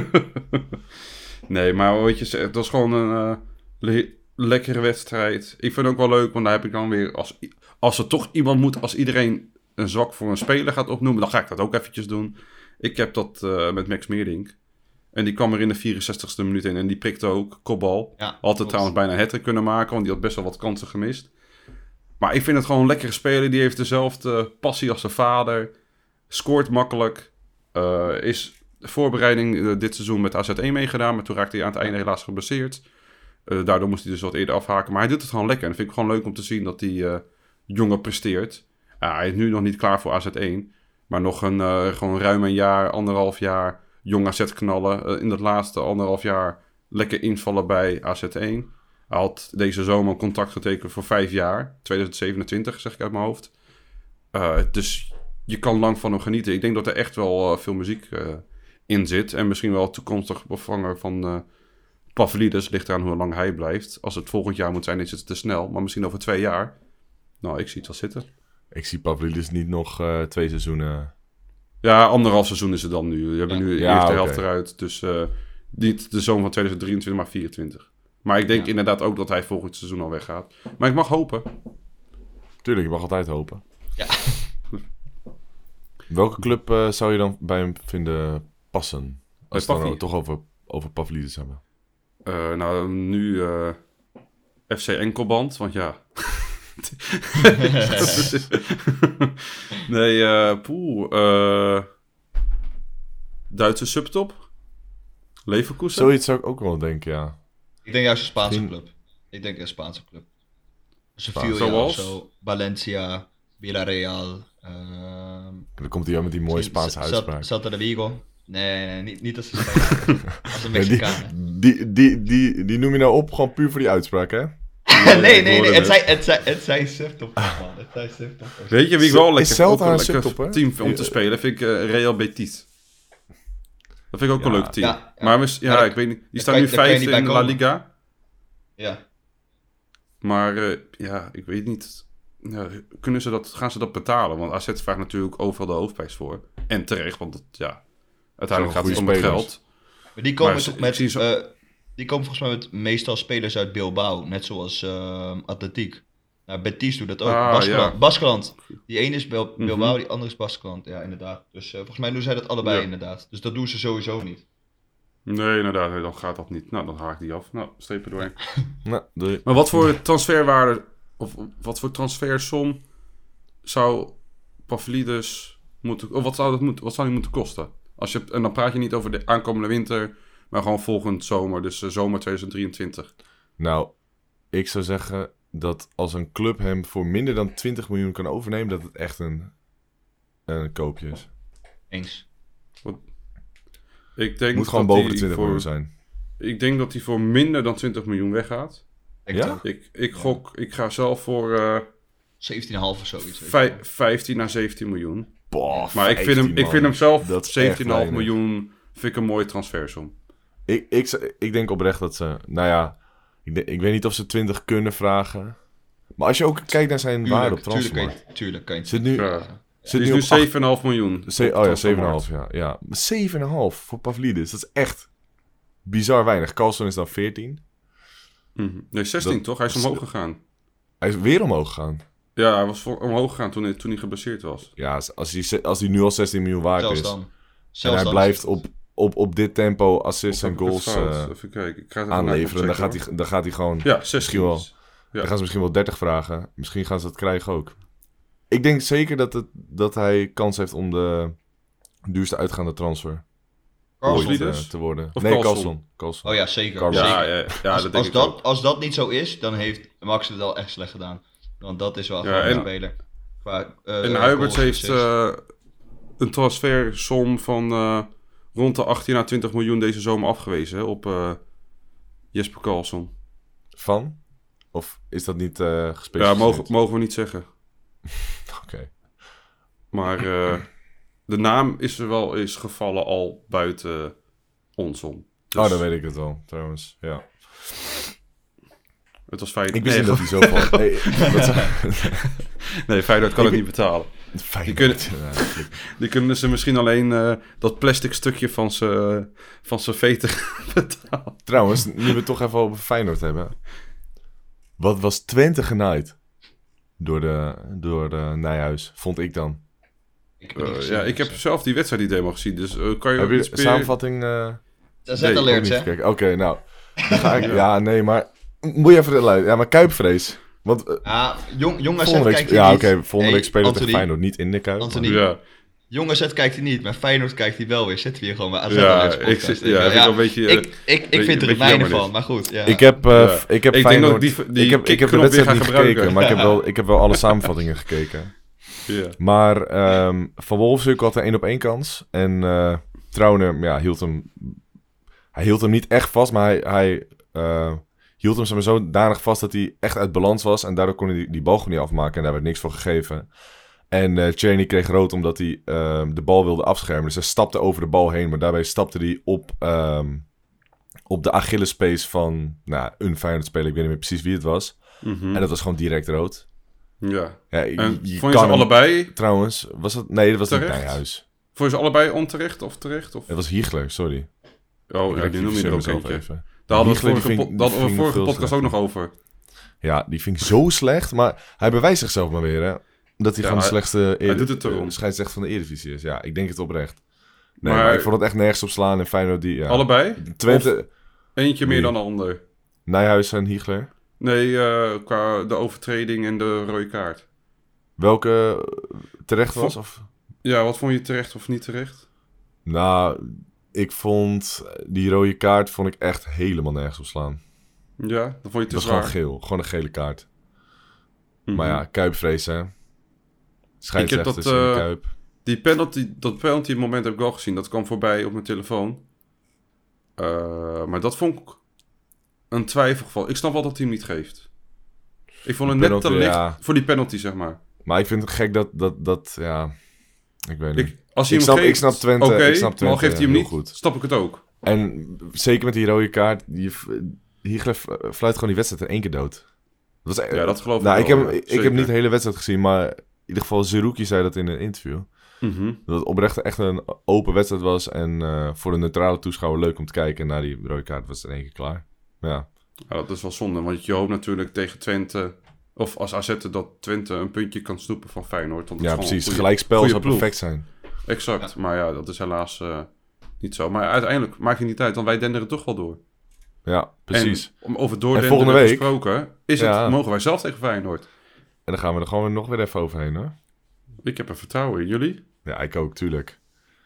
Nee, maar weet je, het was gewoon een lekkere wedstrijd. Ik vind het ook wel leuk, want daar heb ik dan weer... Als er toch iemand moet, als iedereen een zwak voor een speler gaat opnoemen, dan ga ik dat ook eventjes doen. Ik heb dat met Max Meerdink. En die kwam er in de 64ste minuut in en die prikte ook kopbal. Ja, altijd trouwens bijna een hat-trick kunnen maken, want die had best wel wat kansen gemist. Maar ik vind het gewoon een lekkere speler. Die heeft dezelfde passie als zijn vader. Scoort makkelijk. Is voorbereiding dit seizoen met AZ1 meegedaan. Maar toen raakte hij aan het einde helaas geblesseerd. Daardoor moest hij dus wat eerder afhaken. Maar hij doet het gewoon lekker. En dat vind ik gewoon leuk om te zien dat die jongen presteert. Hij is nu nog niet klaar voor AZ1. Maar nog gewoon ruim een jaar, 1,5 jaar jong AZ knallen. In dat laatste 1,5 jaar lekker invallen bij AZ1. Hij had deze zomer een contract getekend voor 5 jaar. 2027 zeg ik uit mijn hoofd. Dus je kan lang van hem genieten. Ik denk dat er echt wel veel muziek in zit. En misschien wel toekomstig vervanger van Pavlidis. Ligt eraan hoe lang hij blijft. Als het volgend jaar moet zijn, is het te snel. Maar misschien over 2 jaar. Nou, ik zie het wel zitten. Ik zie Pavlidis niet nog 2 seizoenen... Ja, 1,5 seizoen is het dan nu. We hebben nu de eerste helft oké. eruit. Dus niet de zomer van 2023, maar 2024. Maar ik denk inderdaad ook dat hij volgend seizoen al weggaat. Maar ik mag hopen. Tuurlijk, je mag altijd hopen. Ja. Welke club zou je dan bij hem vinden passen? Als we het dan toch over Pavlidis hebben. Nou, nu FC Enkelband, want ja... Nee, Duitse subtop? Leverkusen? Zoiets zou ik ook wel denken, ja. Ik denk juist een Spaanse club. Ik denk een Spaanse club. Sevilla of Zoals? zo. Valencia, Villarreal. Dan komt hij wel met die mooie Spaanse uitspraak. Celta de Vigo. Nee, niet als een Spanjaard. Als een Mexicaan. Die noem je nou op gewoon puur voor die uitspraak, hè? Nee. Het zijn subtop, man. Het zijn subtop. Weet je wie ik wel lekker, Celta ook een een subtop, hè? lekker team om te spelen? Vind ik Real Betis. Dat vind ik ook een leuk team. Ja. Maar Maar ik weet niet. Die daar staan kan nu je- daar kan je 5 niet bij in La komen. Liga. Ja. Maar ik weet niet. Ja, gaan ze dat betalen? Want AZ vraagt natuurlijk overal de hoofdprijs voor. En terecht, want uiteindelijk gaat het om goede het spelers. geld. Maar die komen Maar toch ik met... zie zo- die komen volgens mij met meestal spelers uit Bilbao. Net zoals Atletiek. Nou, Betis doet dat ook. Ja. Baskeland. Die ene is Bilbao, die andere is Baskeland. Ja, inderdaad. Dus volgens mij doen zij dat allebei inderdaad. Dus dat doen ze sowieso niet. Nee, inderdaad. Nee, dan gaat dat niet. Nou, dan haak ik die af. Nou, strepen doorheen. Nou, doei. Maar wat voor transferwaarde... Of wat voor transfersom zou Pavlidis moeten... Of wat zou hij moeten kosten? En dan praat je niet over de aankomende winter... Maar gewoon volgend zomer. Dus zomer 2023. Nou, ik zou zeggen dat als een club hem voor minder dan 20 miljoen kan overnemen, dat het echt een koopje is. Eens. Ik denk Moet gewoon dat boven de hij 20 miljoen zijn. Ik denk dat hij voor minder dan 20 miljoen weggaat. Ja? Ik gok... Ik ga zelf voor 17,5 of zoiets. weet je. 15 naar 17 miljoen. Boah, Maar ik 15, vind hem man. zelf Dat is echt 17,5 weinig. miljoen... Vind ik een mooie transfersom. Ik denk oprecht dat ze... Nou ja, ik weet niet of ze 20 kunnen vragen. Maar als je ook kijkt naar zijn waarde op transfermarkt. Tuurlijk kan je het Zit nu, Ja. zit Het nu is op nu 7,5 miljoen. Oh ja, 7,5. Ja. Maar 7,5 voor Pavlidis. Dat is echt bizar weinig. Carlson is dan 14. Mhm. Nee, 16 Dat- toch? Hij is omhoog gegaan. Hij is weer omhoog gegaan. Ja, hij was omhoog gegaan toen hij geblesseerd was. Ja, als hij nu al 16 miljoen waard Zelfs is. dan. En Zelfs hij dan blijft is het- op dit tempo assists en Of heb ik het goals fout? Even kijken. Ik ga het even aanleveren. Dan nachecken, gaat hij gewoon... hoor. Ja, 16. misschien wel. Ja. Dan gaan ze misschien wel 30 vragen. Misschien gaan ze dat krijgen ook. Ik denk zeker dat hij kans heeft om de duurste uitgaande transfer Carlson. ooit, Pavlidis? te worden. Of Nee, Carlson? Carlson. Oh ja, zeker. Carlson. zeker. Ja, dat denk ik ook. Als dat niet zo is, dan heeft Max het wel echt slecht gedaan. Want dat is wel Ja, gewoon een en- speler. En Huiberts heeft een transfersom van rond de 18 à 20 miljoen deze zomer afgewezen hè, op Jesper Karlsson. Van? Of is dat niet Ja, gespecificeerd? mogen we niet zeggen. Oké. Maar de naam is gevallen al buiten ons om. Dus Oh, dan weet ik het al, trouwens. Ja. het was Feyenoord. Ik wist Nee, niet dat hij zo van... nee, Feyenoord kan het niet betalen. Fijn. Die kunnen ze misschien alleen dat plastic stukje van zijn veten betalen. Trouwens, nu we het toch even over Feyenoord hebben. Wat was Twente genaaid door Nijhuis, vond ik dan. Ik heb het niet gezien, Ik heb dus, zelf die wedstrijd die demo gezien. Dus kan je Heb je iets de meer- samenvatting... Dat Nee, is ook alerts, niet hè? gekeken? Oké, nou. Dan ga ik, ja, nee, maar... Moet je even luisteren. Ja, maar Kuipvrees. Want Ja, jong AZ volgende week, kijkt hier ja, niet. oké, volgende Hey, week spelen we tegen Anthony. Feyenoord niet in de Kuip. Anthony. Ja. Jong AZ kijkt hij niet, maar Feyenoord kijkt hij wel weer. Zetten we hier gewoon bij AZ. Ik vind een beetje... Ik vind er het mijne van, maar goed. Ja. Ik heb Feyenoord... Ik heb de wedstrijd niet gekeken, maar ik heb wel alle samenvattingen gekeken. Ja. Maar Van Wolfswinkel had een 1-op-1 kans. En Trauner hield hem niet echt vast, maar hij hield hem zeg maar, zodanig vast dat hij echt uit balans was. En daardoor kon hij die bal gewoon niet afmaken en daar werd niks voor gegeven. En Czerny kreeg rood omdat hij de bal wilde afschermen. Dus hij stapte over de bal heen, maar daarbij stapte hij op de Achillespees van een Feyenoord-speler. Ik weet niet meer precies wie het was. Mm-hmm. En dat was gewoon direct rood. Ja. En vond je ze allebei... Trouwens, was dat... Nee, dat was terecht? niet Nijhuis. Vond je ze allebei onterecht of terecht? Of... Het was Hiegler, sorry. Oh, ja, die noem je er ook zelf even. Daar hadden we vorige podcast ook nog over. Ja, die vind ik zo slecht. Maar hij bewijst zichzelf maar weer, hè. Dat hij gewoon de slechtste scheidsrechter van de Eredivisie is. Ja, ik denk het oprecht. Nee, maar ik vond het echt nergens op slaan. En Feyenoord die... Ja. Allebei? Twente... Of eentje meer dan de ander? Nijhuis en Hiegler? Nee, qua de overtreding en de rode kaart. Welke terecht was? Of? Ja, wat vond je terecht of niet terecht? Nou, ik vond die rode kaart vond ik echt helemaal nergens op slaan. Ja, dan vond je het te zwaar. Dat was gewoon geel. Gewoon een gele kaart. Mm-hmm. Maar ja, Kuipvrees, hè. Scheidsrechters in de Kuip. Dat penalty moment heb ik wel gezien. Dat kwam voorbij op mijn telefoon. Maar dat vond ik een twijfelgeval. Ik snap wel dat hij hem niet geeft. Ik vond het net te licht voor die penalty, zeg maar. Maar ik vind het gek dat ja... Ik weet niet. Ik snap Twente. Okay, ik snap Twente, maar geeft hij hem niet, goed. Snap ik het ook. En zeker met die rode kaart... Hiegler fluit gewoon die wedstrijd in één keer dood. Dat geloof ik wel. Ik heb niet de hele wedstrijd gezien, maar in ieder geval Zerouki zei dat in een interview. Mm-hmm. Dat het oprecht echt een open wedstrijd was en voor de neutrale toeschouwer leuk om te kijken. En na die rode kaart was het in één keer klaar. Ja, dat is wel zonde, want je hoopt natuurlijk tegen Twente... Of als AZ dat Twente een puntje kan snoepen van Feyenoord. Want ja, precies. Gelijkspel zou perfect zijn. Exact. Ja. Maar ja, dat is helaas niet zo. Maar uiteindelijk maakt het niet uit, want wij denderen toch wel door. Ja, precies. En om over doordenderen gesproken, mogen wij zelf tegen Feyenoord. En dan gaan we er gewoon nog weer even overheen, hoor. Ik heb er vertrouwen in. Jullie? Ja, ik ook, tuurlijk.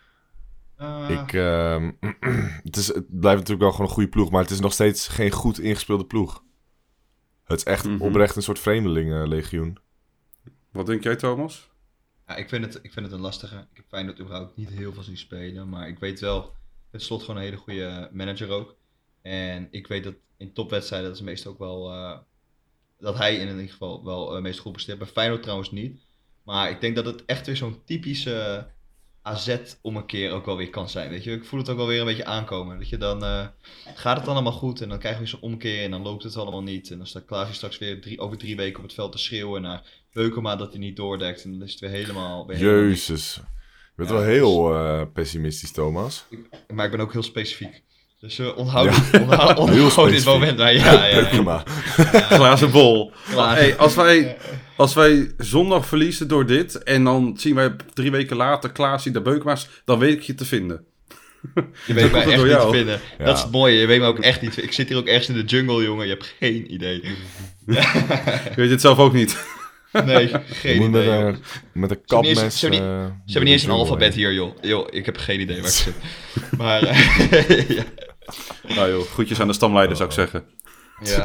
Het blijft natuurlijk wel gewoon een goede ploeg, maar het is nog steeds geen goed ingespeelde ploeg. Het is echt oprecht een soort vreemdelingenlegioen. Wat denk jij, Thomas? Ja, ik vind het een lastige. Ik heb Feyenoord überhaupt niet heel veel zien spelen. Maar ik weet wel, het Slot gewoon een hele goede manager ook. En ik weet dat in topwedstrijden, dat is meestal ook wel... dat hij in ieder geval wel meestal goed presteert. Bij Feyenoord trouwens niet. Maar ik denk dat het echt weer zo'n typische AZ om een keer ook wel weer kan zijn. Weet je? Ik voel het ook wel weer een beetje aankomen. Weet je? Dan gaat het dan allemaal goed en dan krijgen we zo'n omkeer en dan loopt het allemaal niet. En dan staat Klaasje straks weer over 3 weken op het veld te schreeuwen naar Beukema dat hij niet doordekt. En dan is het weer helemaal... Jezus. Je bent wel heel pessimistisch, Thomas. Maar ik ben ook heel specifiek. Dus onthoud dit moment. Ja. Glazen bol. Hey, als wij zondag verliezen door dit... en dan zien wij 3 weken later Klaasje de Beukema's... dan weet ik je te vinden. Je weet mij echt niet te vinden. Ja. Dat is het mooie. Je weet me ook echt niet. Ik zit hier ook ergens in de jungle, jongen. Je hebt geen idee. Je weet het zelf ook niet. Nee, geen idee. Met een kapmes. Ze hebben niet eens een alfabet hier, joh. Ik heb geen idee waar ik zit. Maar... ja. Nou joh, groetjes aan de stamleider zou ik zeggen. Ja.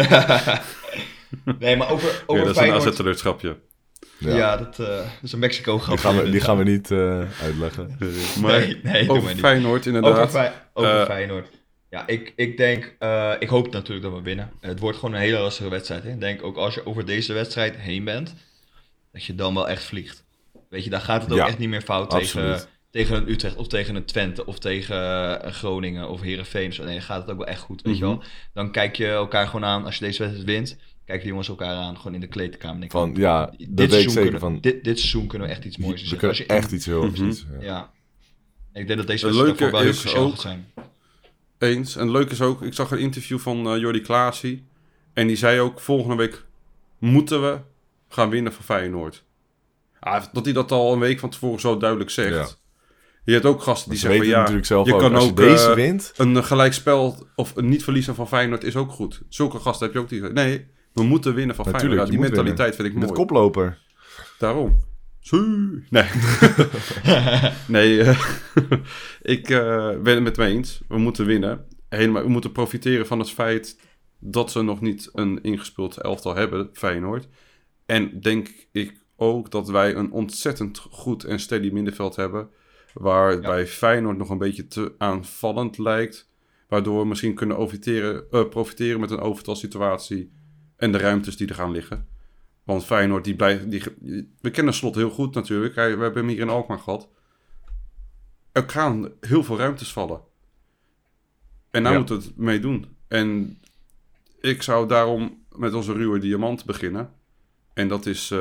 Nee, maar over dat is Feyenoord... een AZ-teleurschapje. Ja, dat is een Mexico-grapje. Die gaan we niet uitleggen. Maar nee, over Feyenoord inderdaad. Over Feyenoord. Ja, ik denk... ik hoop natuurlijk dat we winnen. Het wordt gewoon een hele lastige wedstrijd. Hè. Ik denk ook als je over deze wedstrijd heen bent... dat je dan wel echt vliegt. Weet je, daar gaat het ook echt niet meer fout tegen een Utrecht of tegen een Twente of tegen een Groningen of Heerenveen. Nee, dan gaat het ook wel echt goed, weet je wel. Dan kijk je elkaar gewoon aan, als je deze wedstrijd wint, kijken de jongens elkaar aan, gewoon in de kleedkamer. Van, ja, dat weet ik zeker van. Dit seizoen kunnen we echt iets moois doen. We kunnen echt iets heel precies. Ja. Ik denk dat deze wedstrijd wel heel cruciaal gaat zijn. Eens. En leuk is ook, ik zag een interview van Jordi Klaasie. En die zei ook, volgende week moeten we gaan winnen van Feyenoord. Dat hij dat al een week van tevoren zo duidelijk zegt. Ja. Je hebt ook gasten die zeggen van natuurlijk zelf je ook. kan als ook je deze wint, een gelijkspel of een niet verliezen van Feyenoord is ook goed. Zulke gasten heb je ook die. Nee, we moeten winnen van Feyenoord. Die mentaliteit vind ik mooi. Met koploper. Daarom. Nee. Nee, ik ben het met me eens. We moeten winnen. We moeten profiteren van het feit dat ze nog niet een ingespeeld elftal hebben, Feyenoord. En denk ik ook dat wij een ontzettend goed en steady middenveld hebben. Waarbij Feyenoord nog een beetje te aanvallend lijkt. Waardoor we misschien kunnen profiteren met een overtalsituatie en de ruimtes die er gaan liggen. Want Feyenoord, we kennen Slot heel goed natuurlijk. We hebben hem hier in Alkmaar gehad. Er gaan heel veel ruimtes vallen. En daar moeten we het mee doen. En ik zou daarom met onze ruwe diamant beginnen. En dat is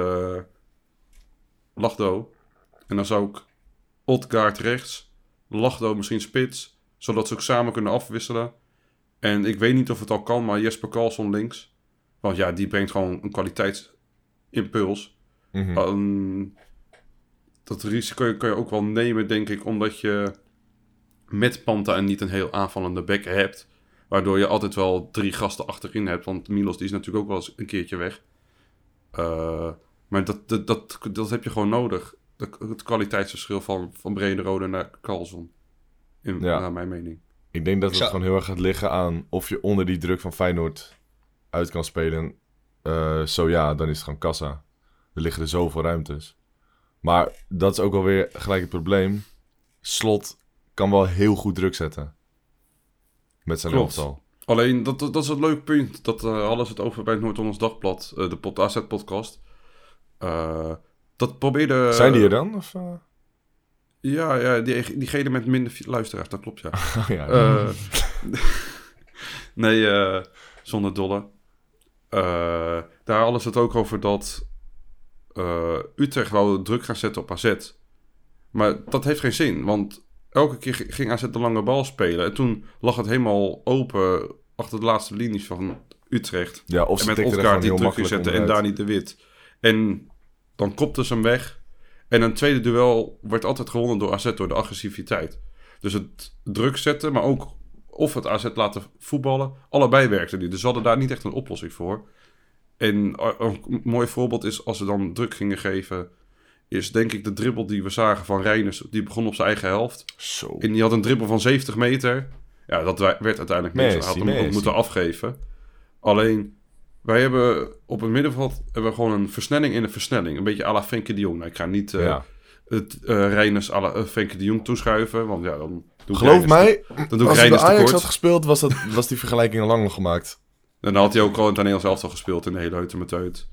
Lachdo. En dan zou ik Odgaard rechts, Lachdo misschien spits, zodat ze ook samen kunnen afwisselen. En ik weet niet of het al kan, maar Jesper Karlsson links. Want ja, die brengt gewoon een kwaliteitsimpuls. Mm-hmm. Dat risico kan je ook wel nemen, denk ik, omdat je met Panta en niet een heel aanvallende back hebt. Waardoor je altijd wel 3 gasten achterin hebt. Want Milos die is natuurlijk ook wel eens een keertje weg. Maar dat heb je gewoon nodig. Het kwaliteitsverschil van Brederode naar Karlsson. Naar mijn mening. Ik denk dat het gewoon heel erg gaat liggen aan of je onder die druk van Feyenoord uit kan spelen. Zo ja, dan is het gewoon kassa. Er liggen er zoveel ruimtes. Maar dat is ook alweer gelijk het probleem. Slot kan wel heel goed druk zetten. Met zijn elftal. Alleen, dat is een leuk punt. Dat alles het over bij het Noord-Hollands Dagblad. De AZ-podcast. Dat probeerde... Zijn die er dan? Of, Ja, diegene met minder luisteraars. Dat klopt, ja. Oh, ja. Nee, zonder dolle. Daar alles het ook over dat Utrecht wou druk gaan zetten op AZ. Maar dat heeft geen zin, want elke keer ging AZ de lange bal spelen. En toen lag het helemaal open achter de laatste linies van Utrecht. Ja, of en met Odgaard die druk ging zetten en Dani de Wit. En dan kopte ze hem weg. En een tweede duel werd altijd gewonnen door AZ door de agressiviteit. Dus het druk zetten, maar ook of het AZ laten voetballen. Allebei werkte niet. Dus ze hadden daar niet echt een oplossing voor. En een mooi voorbeeld is, als ze dan druk gingen geven, is denk ik de dribbel die we zagen van Reiners. Die begon op zijn eigen helft. Zo. En die had een dribbel van 70 meter. Ja, dat werd uiteindelijk niks. Hij had hem ook moeten afgeven. Alleen, wij hebben op het middenveld gewoon een versnelling in een versnelling. Een beetje à la Frenkie de Jong. Nou, ik ga niet Reiners à la Frenkie de Jong toeschuiven. Want ja, dan doe ik Geloof mij, dan doe als ik hij bij Ajax tekort. had gespeeld, was die vergelijking al lang nog gemaakt. En dan had hij ook al in het Nederlands elftal gespeeld in de hele Heutemeteut.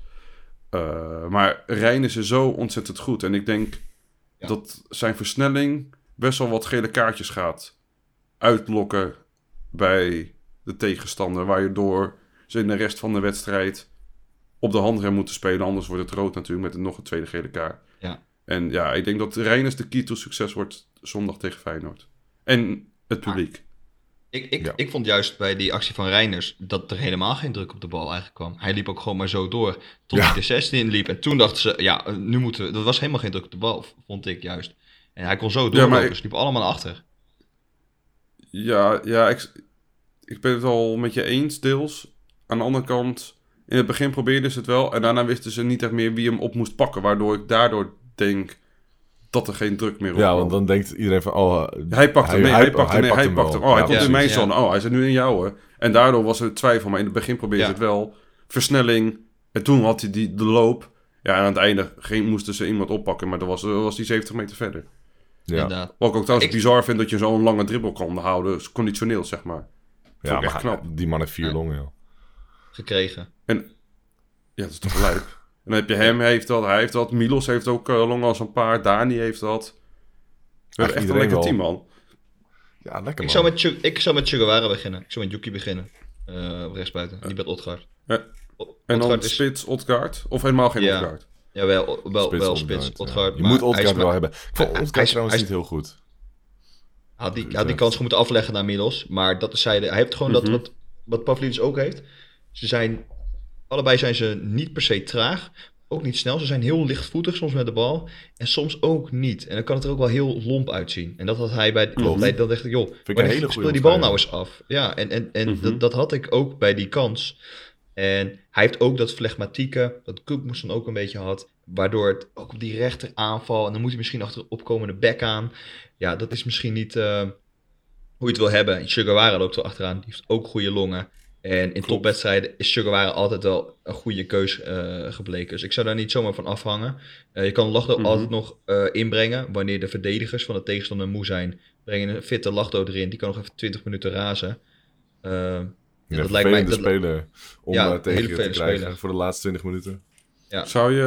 Maar Reiners is zo ontzettend goed. En ik denk dat zijn versnelling best wel wat gele kaartjes gaat uitlokken bij de tegenstander. Waardoor ze in de rest van de wedstrijd op de handrem moeten spelen. Anders wordt het rood natuurlijk met nog een tweede gele kaart. Ja. En ja, ik denk dat Reiners de key to succes wordt zondag tegen Feyenoord. En het publiek. Ik vond juist bij die actie van Reiners dat er helemaal geen druk op de bal eigenlijk kwam. Hij liep ook gewoon maar zo door tot hij de 16 liep. En toen dachten ze, ja, nu moeten we... Dat was helemaal geen druk op de bal, vond ik juist. En hij kon zo doorlopen, dus liep allemaal naar achter. Ja, ik ben het wel met je eens deels. Aan de andere kant, in het begin probeerden ze het wel. En daarna wisten ze niet echt meer wie hem op moest pakken. Waardoor ik daardoor denk dat er geen druk meer op Ja, want dan denkt iedereen van... hij pakt hem. Hij pakt hem. Oh, hij komt in mijn zone. Ja. Oh, hij zit nu in jouw. En daardoor was er twijfel. Maar in het begin probeerde ze het wel. Versnelling. En toen had hij de loop. Ja, en aan het einde moesten ze iemand oppakken. Maar dan was hij 70 meter verder. Ja. Wat ik ook trouwens bizar vind dat je zo'n lange dribbel kan houden. Conditioneel, zeg maar. Ja, echt knap. Die man heeft 4 longen, joh. Gekregen. En ja, dat is toch leuk. En dan heb je hem, hij heeft dat. Milos heeft ook longen als een paar. Dani heeft dat. We hebben echt een lekker team, man. Ja, lekker, man. Ik zou met Che Guevara beginnen. Ik zou met Yuki beginnen. Op rechtsbuiten. Niet met Odgaard. Ja. En dan spits Odgaard? Of helemaal geen Odgaard? Ja, wel spits Odgaard. Je moet Odgaard wel hebben. Ik vond Odgaard trouwens niet heel goed. Had die kans gewoon moeten afleggen naar Milos. Maar dat terzijde. Hij heeft gewoon dat wat Pavlidis ook heeft. Allebei zijn ze niet per se traag. Ook niet snel. Ze zijn heel lichtvoetig soms met de bal. En soms ook niet. En dan kan het er ook wel heel lomp uitzien. En dat had hij bij... Dan dacht ik, joh, speel die bal nou eens af. Ja, en dat had ik ook bij die kans. En hij heeft ook dat flegmatieke, dat Koek moest dan ook een beetje had. waardoor het ook op die rechteraanval... en dan moet hij misschien achter de opkomende back aan. Ja, dat is misschien niet hoe je het wil hebben. Sugawara loopt er achteraan, die heeft ook goede longen. En in topwedstrijden is Sugawara altijd wel een goede keus gebleken. Dus ik zou daar niet zomaar van afhangen. Je kan Lachdo altijd nog inbrengen. Wanneer de verdedigers van de tegenstander moe zijn, breng je een fitte Lachdo erin. Die kan nog even 20 minuten razen. Dat lijkt mij de speler om tegen je te krijgen speler. voor de laatste 20 minuten. Ja.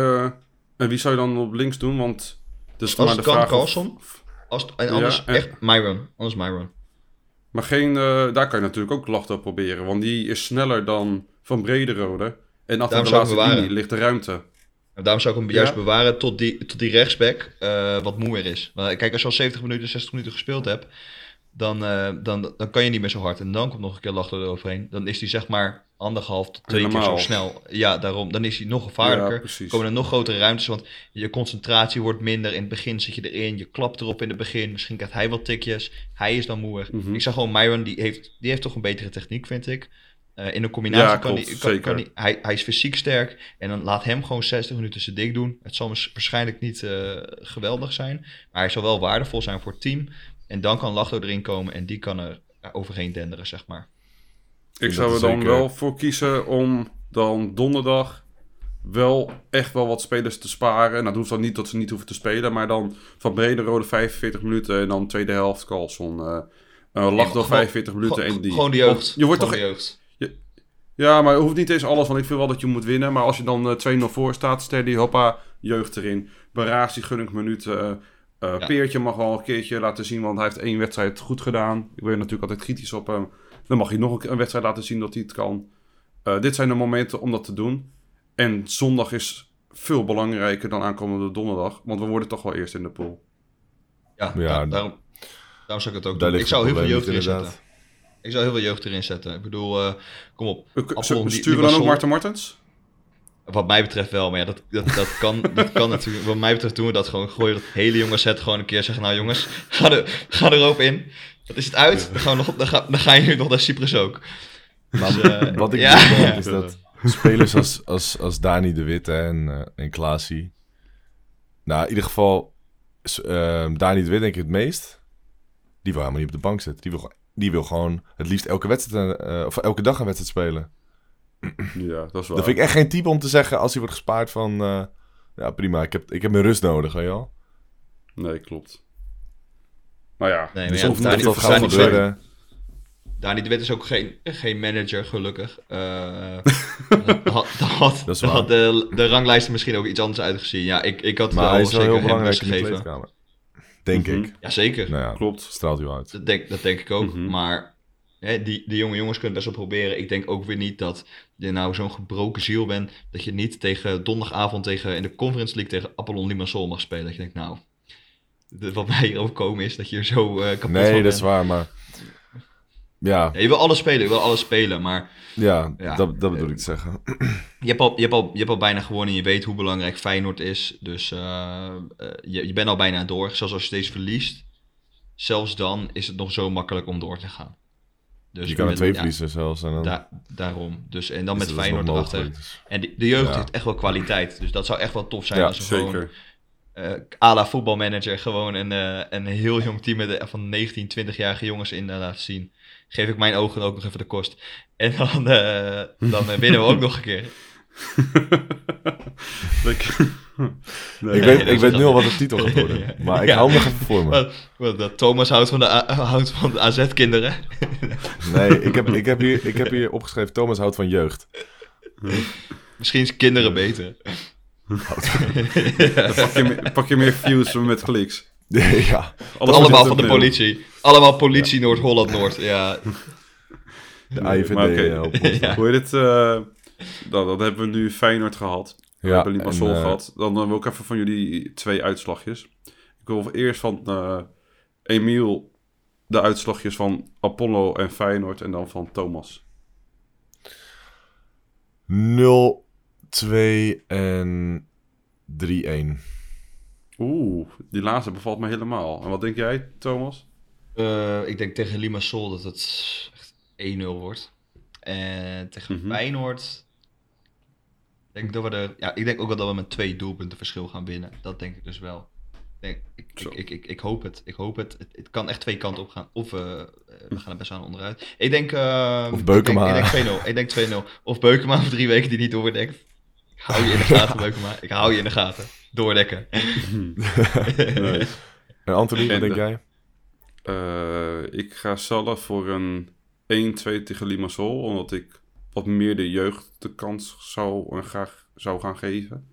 En wie zou je dan op links doen? Want dus als maar het de kan, vraag Carlson. En anders echt Myron. Anders Myron. Maar daar kan je natuurlijk ook Lachdo proberen. Want die is sneller dan Van Brederode. En achter de laatste linie ligt de ruimte. Daarom zou ik hem juist bewaren tot die rechtsback wat moeier is. Maar kijk, als je al 70 minuten, 60 minuten gespeeld hebt, dan kan je niet meer zo hard. En dan komt nog een keer Lachdo eroverheen. Dan is hij zeg maar 1,5 tot 2 keer zo snel. Ja, daarom. Dan is hij nog gevaarlijker. Ja, komen er nog grotere ruimtes, want je concentratie wordt minder. In het begin zit je erin, je klapt erop in het begin. Misschien krijgt hij wat tikjes. Hij is dan moeier. Ik zag gewoon Myron, die heeft toch een betere techniek, vind ik. In een combinatie kan hij is fysiek sterk. En dan laat hem gewoon 60 minuten zijn dik doen. Het zal waarschijnlijk niet geweldig zijn. Maar hij zal wel waardevol zijn voor het team. En dan kan Lachdo erin komen en die kan er overheen denderen, zeg maar. Ik zou er dan wel voor kiezen om dan donderdag wel echt wel wat spelers te sparen. Nou, dat hoeft dan niet dat ze niet hoeven te spelen. Maar dan Van Brederode 45 minuten en dan tweede helft Carlson. Lachdo 45 minuten en die. Gewoon de jeugd. Je wordt toch de jeugd. Ja, maar het hoeft niet eens alles, want ik vind wel dat je moet winnen. Maar als je dan 2-0 voor staat, steady, hoppa, jeugd erin. Baraas, die gun ik minuten. Peertje mag wel een keertje laten zien, want hij heeft 1 wedstrijd goed gedaan. Ik ben natuurlijk altijd kritisch op hem. Dan mag hij nog een wedstrijd laten zien dat hij het kan. Dit zijn de momenten om dat te doen. En zondag is veel belangrijker dan aankomende donderdag, want we worden toch wel eerst in de pool. Ja, daarom zou ik het ook doen. Ik zou heel veel jeugd erin zetten. Ik zou heel veel jeugd erin zetten. Ik bedoel, kom op. Sturen dan ook Maarten Martens? Wat mij betreft wel, maar ja, dat kan natuurlijk. Wat mij betreft doen we dat gewoon. Gooi dat hele jonge set gewoon een keer zeggen, nou jongens, ga erop in. Dat is het uit. Dan ga je nu nog naar Cyprus ook. Dus, wat ik denk is dat spelers als Dani de Wit en Klaasie. Nou, in ieder geval Dani de Wit denk ik het meest. Die wil helemaal niet op de bank zitten. Die wil gewoon het liefst elke wedstrijd of elke dag een wedstrijd spelen. Ja, dat is waar. Dat vind ik echt geen type om te zeggen als hij wordt gespaard van... ja, prima, ik heb mijn rust nodig, weet je wel? Nee, klopt. Maar ja, nee, dus of dat gaat gebeuren... Dani de Wit is ook geen manager, gelukkig. Had de ranglijsten misschien ook iets anders uitgezien. Ja, ik had maar wel hij is wel zeker heel belangrijk hem in de gegeven. kleedkamer. Denk ik. Ja, zeker. Nou ja, klopt. Straalt u uit. Dat denk ik ook. Maar die jonge jongens kunnen best wel proberen. Ik denk ook weer niet dat je nou zo'n gebroken ziel bent, dat je niet tegen donderdagavond in de Conference League tegen Apollon Limassol mag spelen. Dat je denkt, nou, wat mij hier overkomen is dat je er zo kapot van bent. Nee, dat is waar, maar... Ja. Je wil alles spelen, maar... Ja, dat bedoel ik te zeggen. Je hebt al bijna gewonnen. Je weet hoe belangrijk Feyenoord is. Dus je bent al bijna door. Zelfs als je steeds verliest, zelfs dan is het nog zo makkelijk om door te gaan. Dus je kan er 2 verliezen zelfs. En dan... daarom. Dus, en dan met Feyenoord erachter. Dus. En de jeugd heeft echt wel kwaliteit. Dus dat zou echt wel tof zijn als ze zeker. Gewoon... à la voetbalmanager gewoon een heel jong team van 19, 20-jarige jongens in laten zien. Geef ik mijn ogen ook nog even de kost. En dan winnen we ook nog een keer. Ik weet nu al wat de titel gaat worden. Maar ik hou hem nog even voor me. Dat Thomas houdt van de AZ-kinderen. Nee, ik heb hier opgeschreven... Thomas houdt van jeugd. Misschien is kinderen beter. Pak je meer views met kliks. Ja. Allemaal van de politie. Allemaal politie Noord-Holland-Noord. Ja. De IVD. Hoe heet het? Dat hebben we nu Feyenoord gehad. We hebben Limassol gehad. Dan wil ik even van jullie 2 uitslagjes. Ik wil eerst van Emiel de uitslagjes van Apollo en Feyenoord en dan van Thomas. 0-2 en 3-1. Oeh, die laatste bevalt me helemaal. En wat denk jij, Thomas? Ik denk tegen Limassol dat het echt 1-0 wordt. En tegen Feyenoord Ik denk ook wel dat we met 2 doelpunten verschil gaan winnen. Dat denk ik dus wel. Ik hoop het. Ik hoop het. Het kan echt 2 kanten op gaan. Of we gaan er best aan onderuit. Ik denk... of Beukema. Ik denk 2-0. Of Beukema voor 3 weken die niet doordekt. Ik hou je in de gaten, Beukema. Ik hou je in de gaten. Doordekken. Nee. En Anthony, wat denk jij? Ik ga zelf voor een 1-2 tegen Limassol. Omdat ik wat meer de jeugd de kans graag zou gaan geven.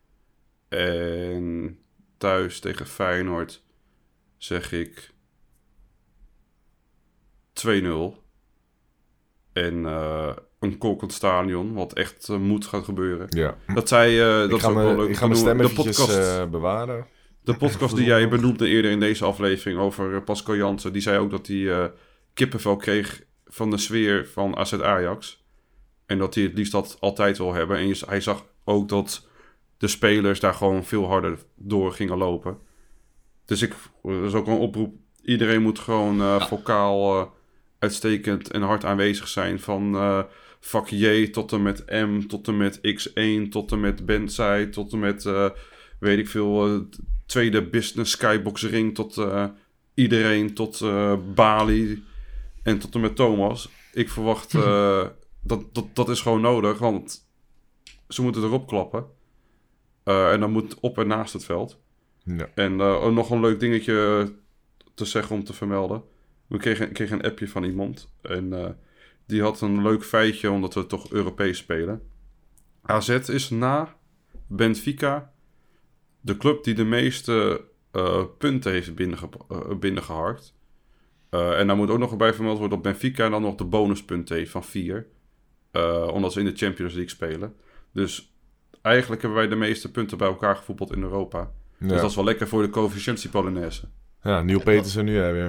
En thuis tegen Feyenoord zeg ik 2-0. En een kolkend stadion, wat echt moet gaan gebeuren. Ja. Dat zei... dat is ook wel leuk. Ik ga mijn stem eventjes bewaren. De podcast die jij benoemde eerder in deze aflevering over Pascal Jansen, die zei ook dat hij kippenvel kreeg van de sfeer van AZ Ajax. En dat hij het liefst dat altijd wil hebben. En hij zag ook dat de spelers daar gewoon veel harder door gingen lopen. Dus dat is ook een oproep. Iedereen moet gewoon vocaal uitstekend en hard aanwezig zijn. Van vak J tot en met M, tot en met X1, tot en met Bensai, tot en met weet ik veel, tweede business skybox ring, tot iedereen, tot Bali en tot en met Thomas. Ik verwacht dat is gewoon nodig, want ze moeten erop klappen. En dan moet op en naast het veld. Ja. En nog een leuk dingetje te zeggen om te vermelden. Ik kreeg een appje van iemand. En die had een leuk feitje, omdat we toch Europees spelen. AZ is na Benfica de club die de meeste punten heeft binnengeharkt. En daar moet ook nog bij vermeld worden dat Benfica dan nog de bonuspunten heeft van 4. Omdat ze in de Champions League spelen. Dus eigenlijk hebben wij de meeste punten bij elkaar gevoetbald in Europa. Ja. Dus dat is wel lekker voor de coëfficiëntie Polonaise. Ja, Neil Petersen nu weer.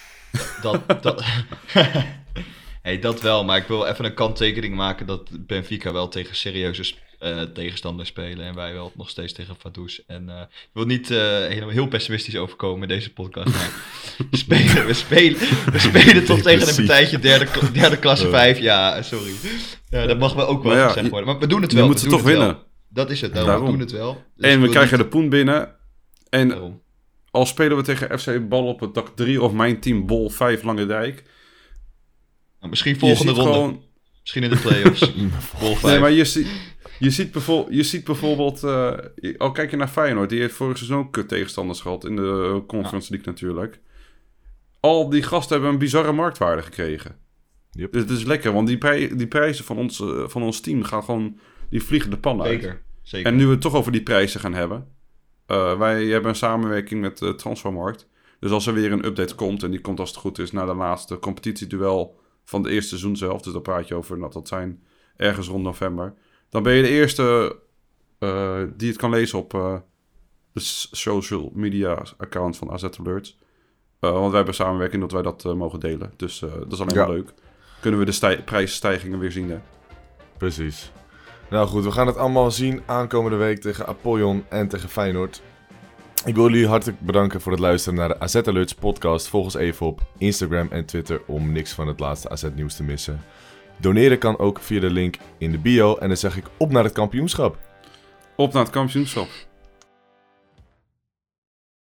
Dat wel, maar ik wil even een kanttekening maken dat Benfica wel tegen serieuze tegenstanders spelen en wij wel nog steeds tegen Vaduz. En ik wil niet helemaal heel pessimistisch overkomen in deze podcast, maar we spelen toch tegen een partijtje derde klasse 5. Ja, sorry. Ja, dat mag wel ook wel gezegd worden. Maar we doen het wel. We moeten toch winnen. Wel. Dat is het, we doen het wel. Dus en we krijgen de poen binnen. En daarom. Al spelen we tegen FC Bal op het dak 3 of mijn team Bol 5 Langendijk. Nou, misschien volgende ronde. Gewoon... Misschien in de play-offs. Bol 5. Nee, maar je ziet bijvoorbeeld... al kijk je naar Feyenoord. Die heeft vorig seizoen ook kut tegenstanders gehad. In de Conference League natuurlijk. Al die gasten hebben een bizarre marktwaarde gekregen. Yep. Dus het is lekker. Want die prijzen van ons team gaan gewoon... Die vliegen de pan uit. Zeker. En nu we het toch over die prijzen gaan hebben... wij hebben een samenwerking met de Transfermarkt. Dus als er weer een update komt... en die komt als het goed is... naar de laatste competitieduel van het eerste seizoen zelf... dus daar praat je over... dat zijn ergens rond november... dan ben je de eerste die het kan lezen op de social media account van AZ Alerts. Want wij hebben samenwerking dat wij dat mogen delen. Dus dat is alleen maar leuk. Kunnen we de prijsstijgingen weer zien, hè? Precies. Nou goed, we gaan het allemaal zien aankomende week tegen Apollon en tegen Feyenoord. Ik wil jullie hartelijk bedanken voor het luisteren naar de AZ Alerts podcast. Volg ons even op Instagram en Twitter om niks van het laatste AZ nieuws te missen. Doneren kan ook via de link in de bio en dan zeg ik op naar het kampioenschap. Op naar het kampioenschap.